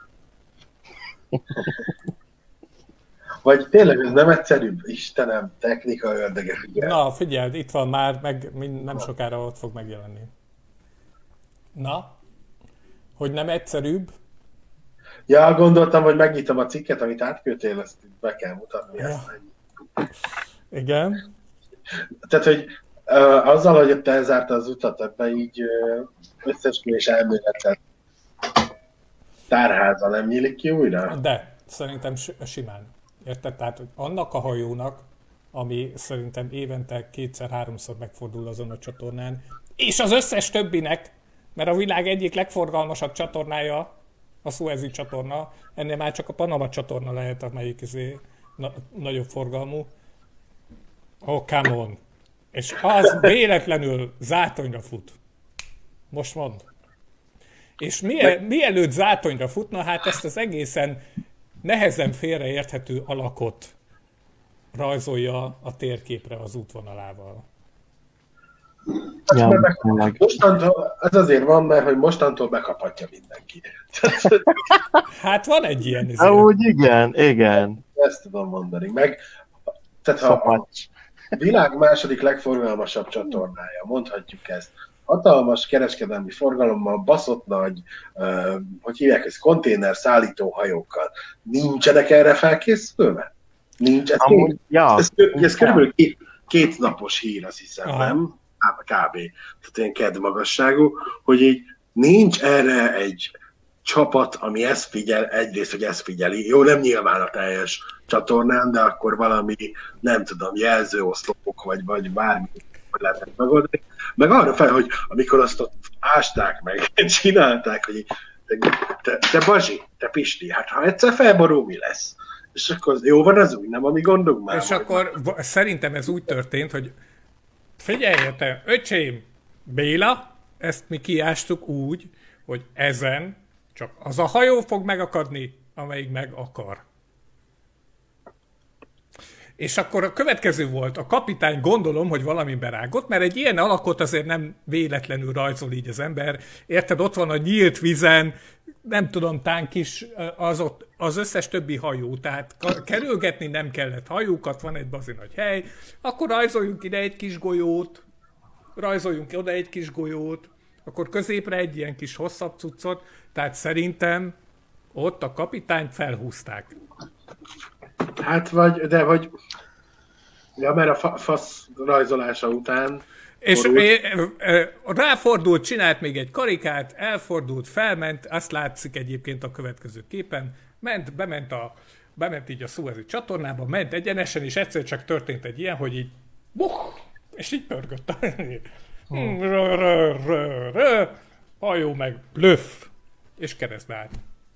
Vagy tényleg ez nem egyszerűbb? Istenem, technika ördöge, figyelj. Na, figyeld, itt van már, nem sokára ott fog megjelenni. Na, hogy nem egyszerűbb? Ja, gondoltam, hogy megnyitom a cikket, amit átküldtél, ezt be kell mutatni. Ja. Ezt. Igen. Tehát, hogy azzal, hogy te elzárta az utat, ebben így összesküvés elméletet tárháza nem nyílik ki újra? De, szerintem simán. Érted? Tehát, hogy annak a hajónak, ami szerintem évente 2-3-szor megfordul azon a csatornán, és az összes többinek, mert a világ egyik legforgalmasabb csatornája a Suezi csatorna, ennél már csak a Panama csatorna lehet, amelyik nagyobb forgalmú. Oh, come on. És az véletlenül Zátonyra fut. Most mondd. És mielőtt Zátonyra futna, hát ezt az egészen nehezen félreérthető alakot rajzolja a térképre az útvonalával. Ja, Mostantól, ez azért van, mert hogy mostantól bekaphatja mindenki. Hát van egy ilyen izé. úgy igen. Ezt tudom mondani. Tehát ha a világ második legforgalmasabb csatornája, mondhatjuk ezt, hatalmas kereskedelmi forgalommal, baszott nagy, hogy hívják ezt, konténer szállító hajókkal. Nincsenek erre felkészülve? Nincs. Ez körülbelül két napos hír, azt hiszem, nem? Kb. Tehát ilyen kedd magasságú, hogy így nincs erre egy csapat, ami ezt figyel, egyrészt, hogy ezt figyeli. Jó, nem nyilván a teljes csatornán, de akkor valami, nem tudom, jelzőoszlopok, vagy bármi, hogy lehetnek megoldani. Meg arra fel, hogy amikor azt ott ásták meg, csinálták, hogy te Bazsi, te Pisti, hát ha egyszer felborul, mi lesz? És akkor jó van az úgy, nem a mi gondunk már. És akkor szerintem ez úgy történt, hogy figyelj, te öcsém, Béla, ezt mi kiástuk úgy, hogy ezen csak az a hajó fog megakadni, amelyik meg akar. És akkor a következő volt, a kapitány gondolom, hogy valami berágott, mert egy ilyen alakot azért nem véletlenül rajzol így az ember. Érted, ott van a nyílt vizen, nem tudom, tánk is az összes többi hajó, tehát kerülgetni nem kellett hajókat, van egy bazi nagy hely, akkor rajzoljunk ide egy kis golyót, rajzoljunk oda egy kis golyót, akkor középre egy ilyen kis hosszabb cuccot, tehát szerintem ott a kapitányt felhúzták. Hát ja, mert a fasz rajzolása után... És ráfordult, csinált még egy karikát, elfordult, felment, azt látszik egyébként a következő képen, bement így a Suezi csatornába, ment egyenesen, és egyszer csak történt egy ilyen, hogy így és így pörgött. Hajó meg blöff, és keresztbe állt.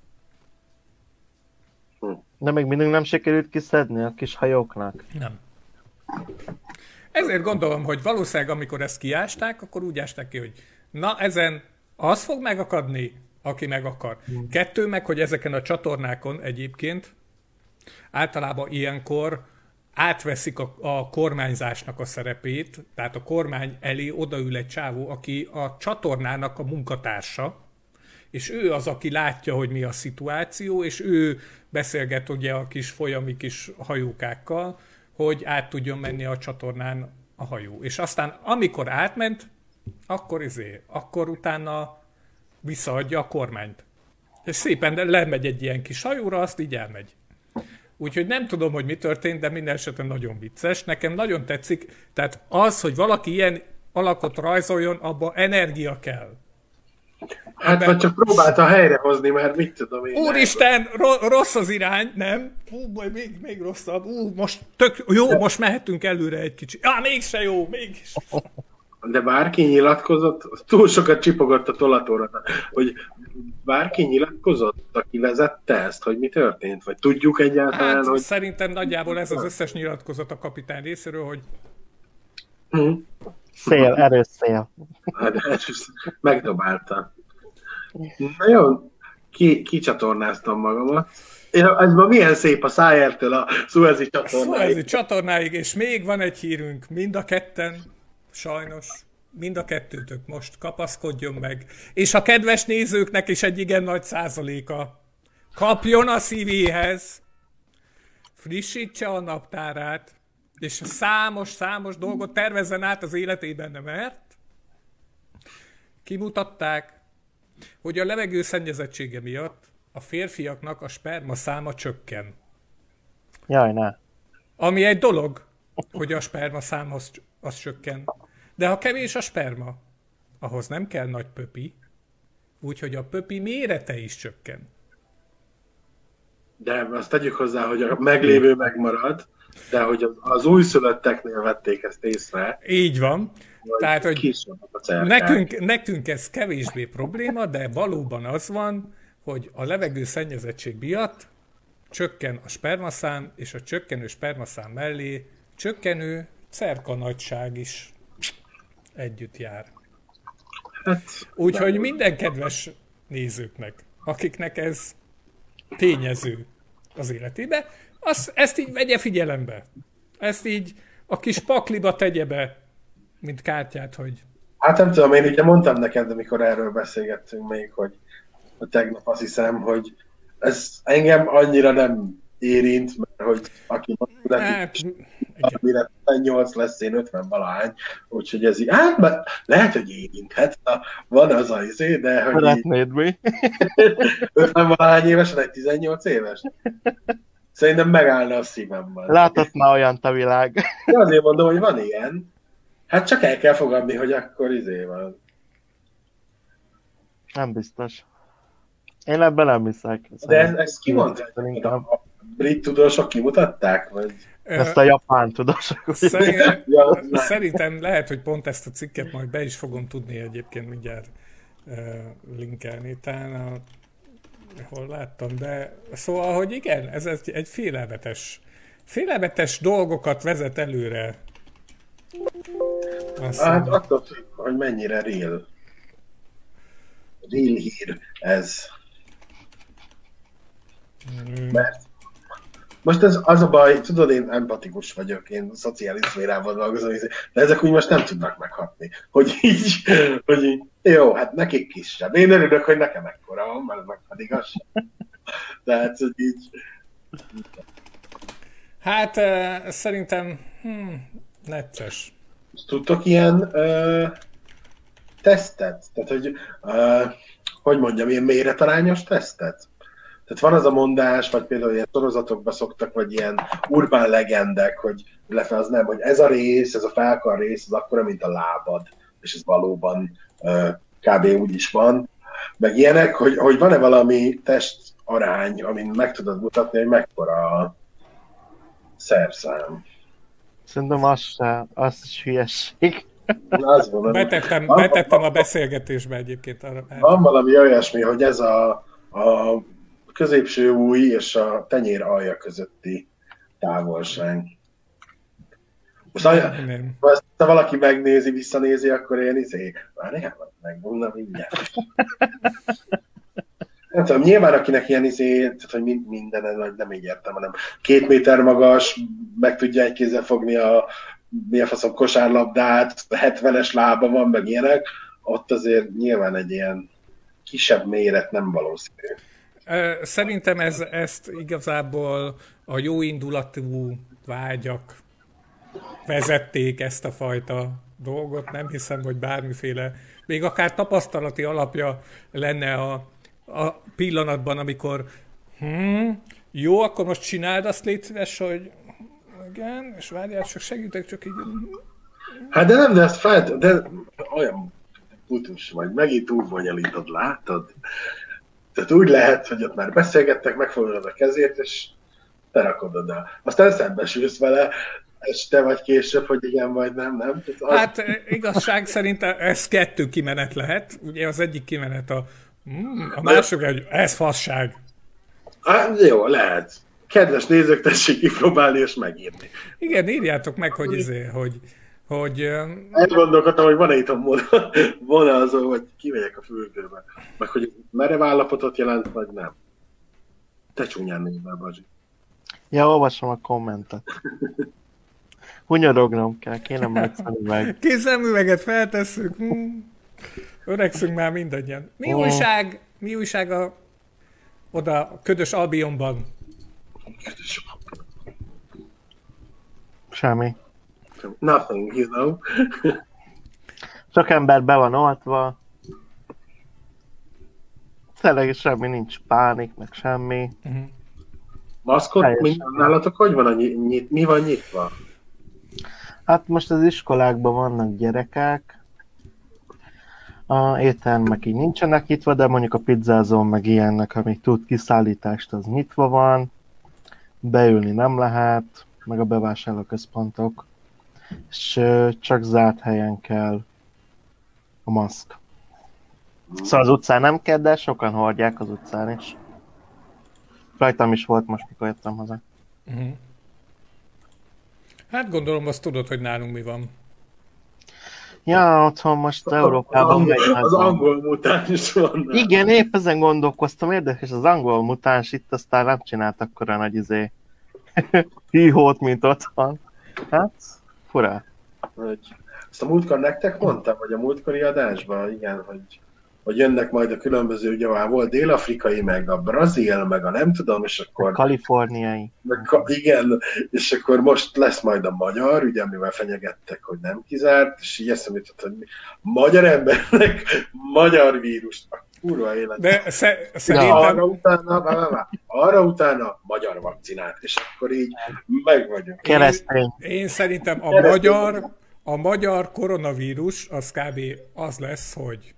De még mindig nem sikerült kiszedni a kis hajóknak? Nem. Ezért gondolom, hogy valószínűleg amikor ezt kiásták, akkor úgy ásták ki, hogy na ezen az fog megakadni, aki meg akar. Kettő meg, hogy ezeken a csatornákon egyébként általában ilyenkor átveszik a kormányzásnak a szerepét, tehát a kormány elé odaül egy csávó, aki a csatornának a munkatársa, és ő az, aki látja, hogy mi a szituáció, és ő beszélget ugye a kis folyami kis hajókákkal, hogy át tudjon menni a csatornán a hajó. És aztán amikor átment, akkor utána visszaadja a kormányt. És szépen lemegy egy ilyen kis hajóra, azt így elmegy. Úgyhogy nem tudom, hogy mi történt, de minden esetben nagyon vicces. Nekem nagyon tetszik, tehát az, hogy valaki ilyen alakot rajzoljon, abba energia kell. Hát vagy csak próbálta helyrehozni, mert mit tudom én. Úristen, rossz az irány, nem? Majd még rosszabb. Most tök jó, most mehetünk előre egy kicsit. Mégse jó, mégis. De bárki nyilatkozott, túl sokat csipogott a tolatóra, hogy bárki nyilatkozott, aki vezette ezt, hogy mi történt? Vagy tudjuk egyáltalán, Hát hogy... szerintem nagyjából ez az összes nyilatkozat a kapitány részéről, hogy Szél, erős szél. Hát, megdobálta. Na jó, kicsatornáztam magamat. Ez ma milyen szép a Szájertől a Suezi csatornáig. Suezi csatornáig, és még van egy hírünk, mind a ketten, sajnos, mind a kettőtök most kapaszkodjon meg, és a kedves nézőknek is egy igen nagy százaléka kapjon a szívéhez, frissítse a naptárát, és számos dolgot tervezzen át az életében, mert kimutatták, hogy a levegő szennyezettsége miatt a férfiaknak a sperma száma csökken. Jaj, ne. Ami egy dolog, hogy a sperma szám az csökken. De ha kevés a sperma, ahhoz nem kell nagy pöpi, úgyhogy a pöpi mérete is csökken. De azt tegyük hozzá, hogy a meglévő megmarad, de hogy az újszülötteknél vették ezt észre. Így van. Tehát, hogy a nekünk ez kevésbé probléma, de valóban az van, hogy a levegő szennyezettség miatt csökken a spermaszám, és a csökkenő spermaszám mellé csökkenő cerkanagyság is együtt jár. Hát, úgyhogy minden kedves nézőknek, akiknek ez tényező az életébe, ezt így vegye figyelembe. Ezt így a kis pakliba tegye be, mint kártyát, hogy... Hát nem tudom, én ugye mondtam neked, amikor erről beszélgettünk még, hogy tegnap azt hiszem, hogy ez engem annyira nem érint, mert hogy aki amire 18 lesz, én 50 valahány, úgyhogy ez így, hát lehet, hogy érinthet, van az a izé, de hogy szeretnéd mi? 50 valahány évesen egy 18 éves? Szerintem megállna a szívemben. Látod már olyant a világ. De azért mondom, hogy van ilyen. Hát csak el kell fogadni, hogy akkor izé van. Nem biztos. Én ebben nem hiszek. De ezt ki mondta? A brit tudósok kimutatták? Vagy? Ezt a japán tudósok. Szerintem lehet, hogy pont ezt a cikket majd be is fogom tudni egyébként mindjárt linkelni. Talán hol láttam, de szóval, hogy igen, ez egy félelmetes dolgokat vezet előre. Hát attól függ, hogy mennyire real hír ez. Mert most ez az a baj, tudod, én empatikus vagyok, én szociális szférában dolgozom, de ezek úgy most nem tudnak meghatni. Hogy így, jó, hát nekik kisebb. Én örülök, hogy nekem ekkora van, mert meg pedig az sem. Tehát, hogy így... Hát szerintem necces. Tudtok ilyen tesztet? Tehát, hogy mondjam, ilyen méretarányos tesztet? Tehát van az a mondás, vagy például ilyen sorozatokban szoktak, vagy ilyen urbán legendek, hogy az nem, hogy ez a rész, ez a felkar rész, az akkora, mint a lábad, és ez valóban kb. Úgy is van. Meg ilyenek, hogy van-e valami testarány, amin meg tudod mutatni, hogy mekkora a szerszám. Szerintem az is hülyesség. Betettem a beszélgetésbe egyébként. Van valami olyasmi, hogy ez a középső ujj és a tenyér alja közötti távolság. Most ha valaki megnézi, visszanézi, akkor én várjál, megmondom mindjárt. Nem tudom, nyilván akinek ilyen tehát hogy minden, nem így értem, hanem 2 méter magas, meg tudja egy kézzel fogni mi a faszom kosárlabdát, 70-es lába van, meg ilyenek, ott azért nyilván egy ilyen kisebb méret nem valószínű. Szerintem ezt igazából a jóindulatú vágyak vezették, ezt a fajta dolgot. Nem hiszem, hogy bármiféle, még akár tapasztalati alapja lenne a pillanatban, amikor jó, akkor most csináld azt, légy szíves, hogy igen, és várjál, csak segítek, csak így... Hát de nem, de ezt de olyan putus vagy, megint úgy bonyolítod, látod? Tehát úgy lehet, hogy ott már beszélgettek, megfogod a kezét, és te rakod oda. Aztán szembesülsz vele, este vagy később, hogy igen vagy nem. Tehát az... Hát igazság szerint ez 2 kimenet lehet. Ugye az egyik kimenet a másik, hogy ez fasság. Hát, jó, lehet. Kedves nézők, tessék kipróbálni és megírni. Igen, írjátok meg, hogy Elgondolkodtam, hogy van-e itt a vonalzó, hogy kimegyek a fürdőbe. Meg hogy merev állapotot jelent, vagy nem. Te csúnyán nézd Bazsi. Ja, olvasom a kommentet. Hunyorognom kell, kéne majd szemüveg. kézzelműveget feltesszük. Öregszünk már mindannyian. Mi újság oda a ködös Albionban? Semmi. Nothing, you know. Sok ember be van oltva. Tényleg semmi, nincs pánik, meg semmi. Maszkot, nálatok hogy van mi van nyitva? Hát most az iskolákban vannak gyerekek. A éttermek így nincsenek nyitva, de mondjuk a pizzázón meg ilyennek, amíg tud kiszállítást, az nyitva van. Beülni nem lehet, meg a bevásárlóközpontok. És csak zárt helyen kell a maszk. Szóval az utcán nem kell, de sokan hordják az utcán is. Rajtam is volt most, mikor jöttem haza. Hát gondolom, azt tudod, hogy nálunk mi van. Ja, otthon most Európában megy. Az angol mutáns van. Igen, épp ezen gondolkoztam, érdekes, az angol mutáns itt aztán nem csinált akkora nagy híhót, mint otthon. Hát, fura. Ezt a múltkor nektek mondtam, vagy a múltkori adásban, igen, hogy jönnek majd a különböző, ugye volt dél-afrikai, meg a brazil, meg a nem tudom, és akkor... A kaliforniai. Igen, és akkor most lesz majd a magyar, ugye, amivel fenyegettek, hogy nem kizárt, és így eszembe jutott, hogy magyar embernek magyar vírus, a kurva élet. De szerintem... Arra utána magyar vakcinát, és akkor így meg vagyok. Én szerintem a magyar koronavírus az kb. Az lesz, hogy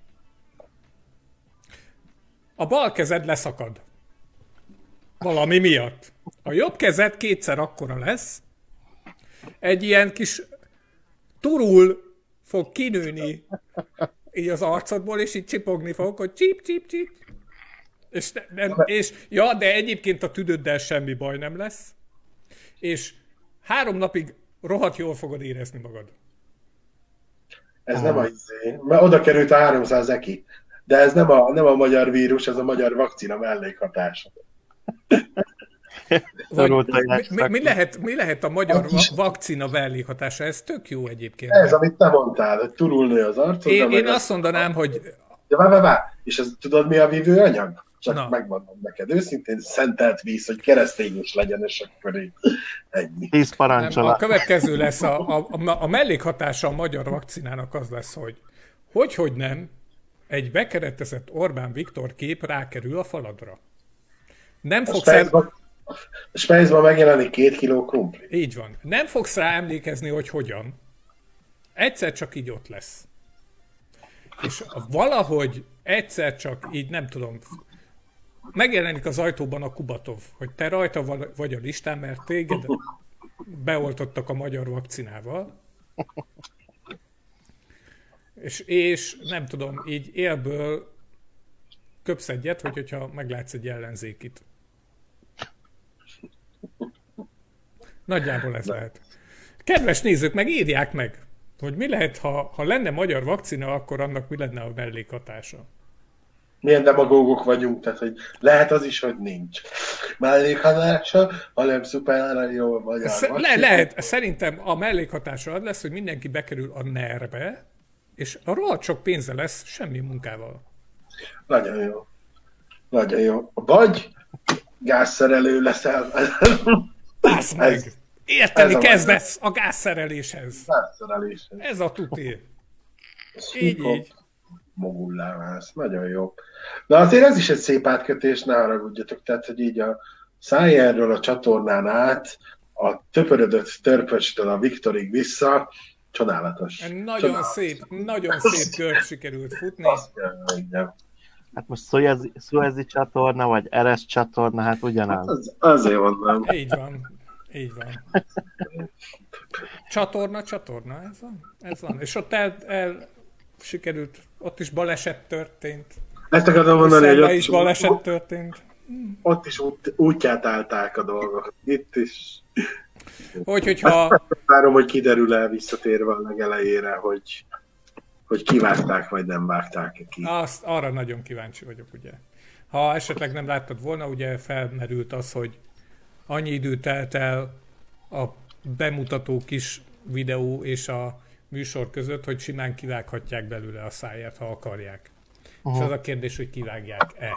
a bal kezed leszakad. Valami miatt. A jobb kezed 2-szer akkora lesz. Egy ilyen kis turul fog kinőni így az arcodból, és így csipogni fog, hogy csip, csip, csip. De egyébként a tüdőddel semmi baj nem lesz. És 3 napig rohadt jól fogod érezni magad. Ez nem mert oda került a 300 eki. De ez nem a magyar vírus, ez a magyar vakcina mellékhatása. Mi lehet a magyar vakcina mellékhatása? Ez tök jó egyébként. Ez, amit te mondtál, hogy turulnő az arcod. Én azt mondanám, hogy... De várj. És ez, tudod, mi a vívő anyag? Csak megmondom neked őszintén, szentelt víz, hogy keresztény is legyen, és akkor így ennyi. 10 parancsolat. A következő lesz, a mellékhatása a magyar vakcinának az lesz, hogy nem, egy bekeretezett Orbán Viktor kép rákerül a faladra. Nem fogsz... A Spejzban megjelenik 2 kiló krumpli. Így van. Nem fogsz rá emlékezni, hogy hogyan. Egyszer csak így ott lesz. És valahogy egyszer csak így, nem tudom, megjelenik az ajtóban a Kubatov, hogy te rajta vagy a listán, mert téged beoltottak a magyar vakcinával. És nem tudom, így élből köpsz egyet, hogyha meglátsz egy ellenzékit. Nagyjából ez lehet. Kedves nézők, meg írják meg, hogy mi lehet, ha lenne magyar vakcina, akkor annak mi lenne a mellékhatása. Milyen demagógok vagyunk, tehát hogy lehet az is, hogy nincs mellékhatása, hanem szuper jó magyar vakcina. Lehet, szerintem a mellékhatása az lesz, hogy mindenki bekerül a NER-be, és a rohadt sok pénze lesz semmi munkával. Nagyon jó. Nagyon jó. Vagy gázszerelő leszel. Bász meg! Érteni kezdesz a gázszereléshez. Gázszereléshez. Ez a tuti. Így. Mogullá válsz. Nagyon jó. Na azért ez is egy szép átkötés, ne haragudjatok. Tehát, hogy így a Szájerről a csatornán át, a töpörödött törpöcstől a Viktorig vissza, csodálatos. Nagyon szép kört sikerült futni. Hát most Suezi csatorna, vagy Eres csatorna, hát ugyanaz. Azért mondom. Így van. Így van. Csatorna, ez van. És ott sikerült, ott is baleset történt. Ezt akarom mondani, hogy ott is baleset történt. Ott is útját állták a dolgok. Itt is. Hogyha... Várom, hogy kiderül-e visszatérve a legelejére, hogy kivágták, vagy nem vágták ki. Arra nagyon kíváncsi vagyok, ugye. Ha esetleg nem láttad volna, ugye felmerült az, hogy annyi idő telt el a bemutató kis videó és a műsor között, hogy simán kivághatják belőle a száját, ha akarják. És az a kérdés, hogy kivágják-e.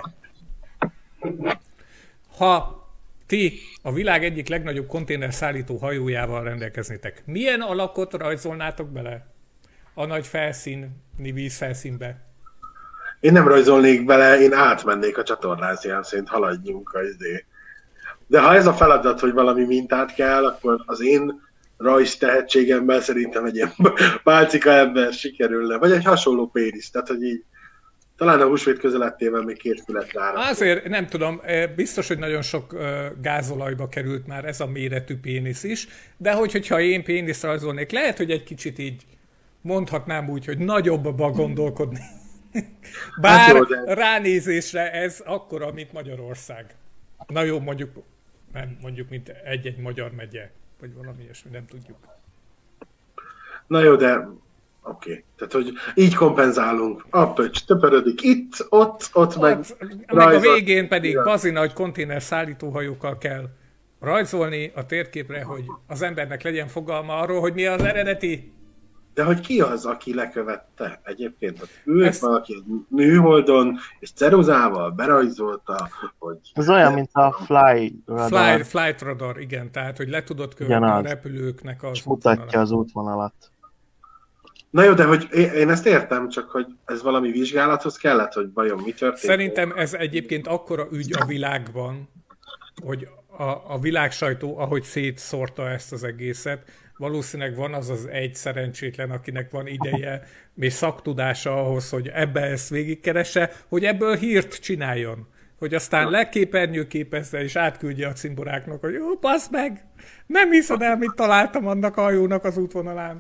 Ha ti a világ egyik legnagyobb konténerszállító hajójával rendelkeznétek, milyen alakot rajzolnátok bele a nagy felszíni vízfelszínbe? Én nem rajzolnék bele, én átmennék a csatornázján, szerint haladjunk a izé. De ha ez a feladat, hogy valami mintát kell, akkor az én rajz tehetségemmel szerintem egy ilyen pálcika ember sikerülne. Vagy egy hasonló pénisz, tehát hogy így talán a húsvét közelettével még 2 fület rára. Azért nem tudom, biztos, hogy nagyon sok gázolajba került már ez a méretű pénisz is, de hogyha én péniszt rajzolnék, lehet, hogy egy kicsit így mondhatnám úgy, hogy nagyobbba gondolkodni. Bár ránézésre ez akkora, mint Magyarország. Na jó, mondjuk mint egy-egy magyar megye, vagy valami ilyesmi, nem tudjuk. Na jó, de oké. Tehát, hogy így kompenzálunk. A pöcs töpörödik itt, ott meg a végén pedig bazi nagy konténer szállítóhajókkal kell rajzolni a térképre, hogy az embernek legyen fogalma arról, hogy mi az eredeti. De hogy ki az, aki lekövette egyébként? Ült valaki egy műholdon, és ceruzával berajzolta, hogy... Ez olyan, mint a Flight Radar, igen. Tehát, hogy le tudod követni a repülőknek az útvonalat. Mutatja az útvonalat. Na jó, de hogy én ezt értem, csak hogy ez valami vizsgálathoz kellett, hogy vajon mi történt? Szerintem ez egyébként akkora ügy a világban, hogy a világsajtó, ahogy szétszórta ezt az egészet, valószínűleg van az egy szerencsétlen, akinek van ideje, és szaktudása ahhoz, hogy ebbe ezt végigkeresse, hogy ebből hírt csináljon. Hogy aztán leképernyőképezze és átküldje a cimboráknak, hogy jó, bassz meg! Nem hiszed el, mit találtam annak a hajónak az útvonalán.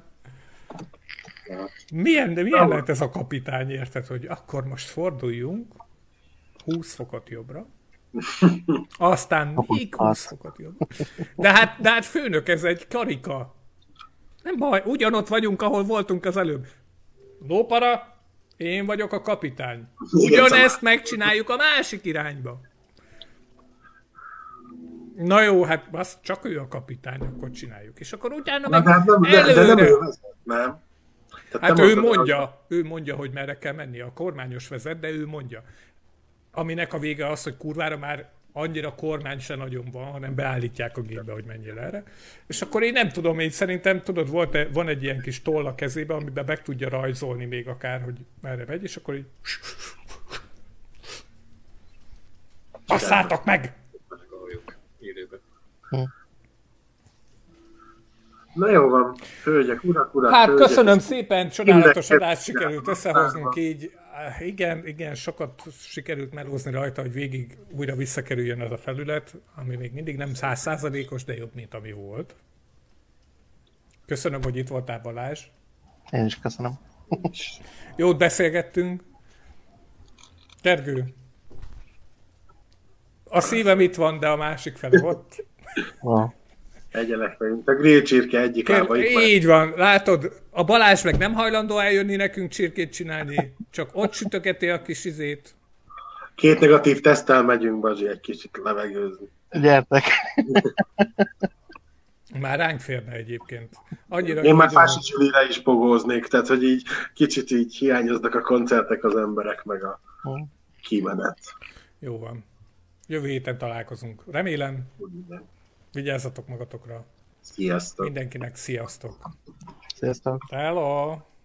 Milyen lehet ez a kapitány, érted, hogy akkor most forduljunk 20 fokot jobbra, aztán még 20 fokot jobbra. De hát főnök, ez egy karika. Nem baj, ugyanott vagyunk, ahol voltunk az előbb. Lópara, én vagyok a kapitány. Ugyanezt megcsináljuk a másik irányba. Na jó, hát az csak ő a kapitány, akkor csináljuk. És akkor utána meg előre. Nem. Hát ő mondja, hogy merre kell menni. A kormányos vezet, de ő mondja. Aminek a vége az, hogy kurvára már annyira kormány se nagyon van, hanem beállítják a gépbe, hogy menjél erre. És akkor én nem tudom, én szerintem, tudod, van egy ilyen kis toll a kezébe, amiben meg tudja rajzolni még akár, hogy merre megy, és akkor így... Basszátok meg! Na jó van, hölgyek, urak, hát hölgyek. Köszönöm szépen, csodálatos adást sikerült összehoznunk így. Igen, sokat sikerült melózni rajta, hogy végig újra visszakerüljön ez a felület, ami még mindig nem 100%-os, de jobb, mint ami volt. Köszönöm, hogy itt voltál, Balázs. Én is köszönöm. Jót beszélgettünk. Gergő. A szívem itt van, de a másik fel ott. Egyelek meg, mint a grill csirke egyik lába. Így van, látod, a Balázs meg nem hajlandó eljönni nekünk csirkét csinálni, csak ott sütögeti a kis izét. 2 negatív teszttel megyünk, Bazsi, egy kicsit levegőzni. Gyertek! Már ránk férne egyébként. Annyira én már Fási Csülire is pogóznék, tehát hogy így kicsit így hiányoznak a koncertek, az emberek, meg a kimenet. Jó van. Jövő héten találkozunk. Remélem. Vigyázzatok magatokra. Sziasztok. Mindenkinek sziasztok. Sziasztok. Hello.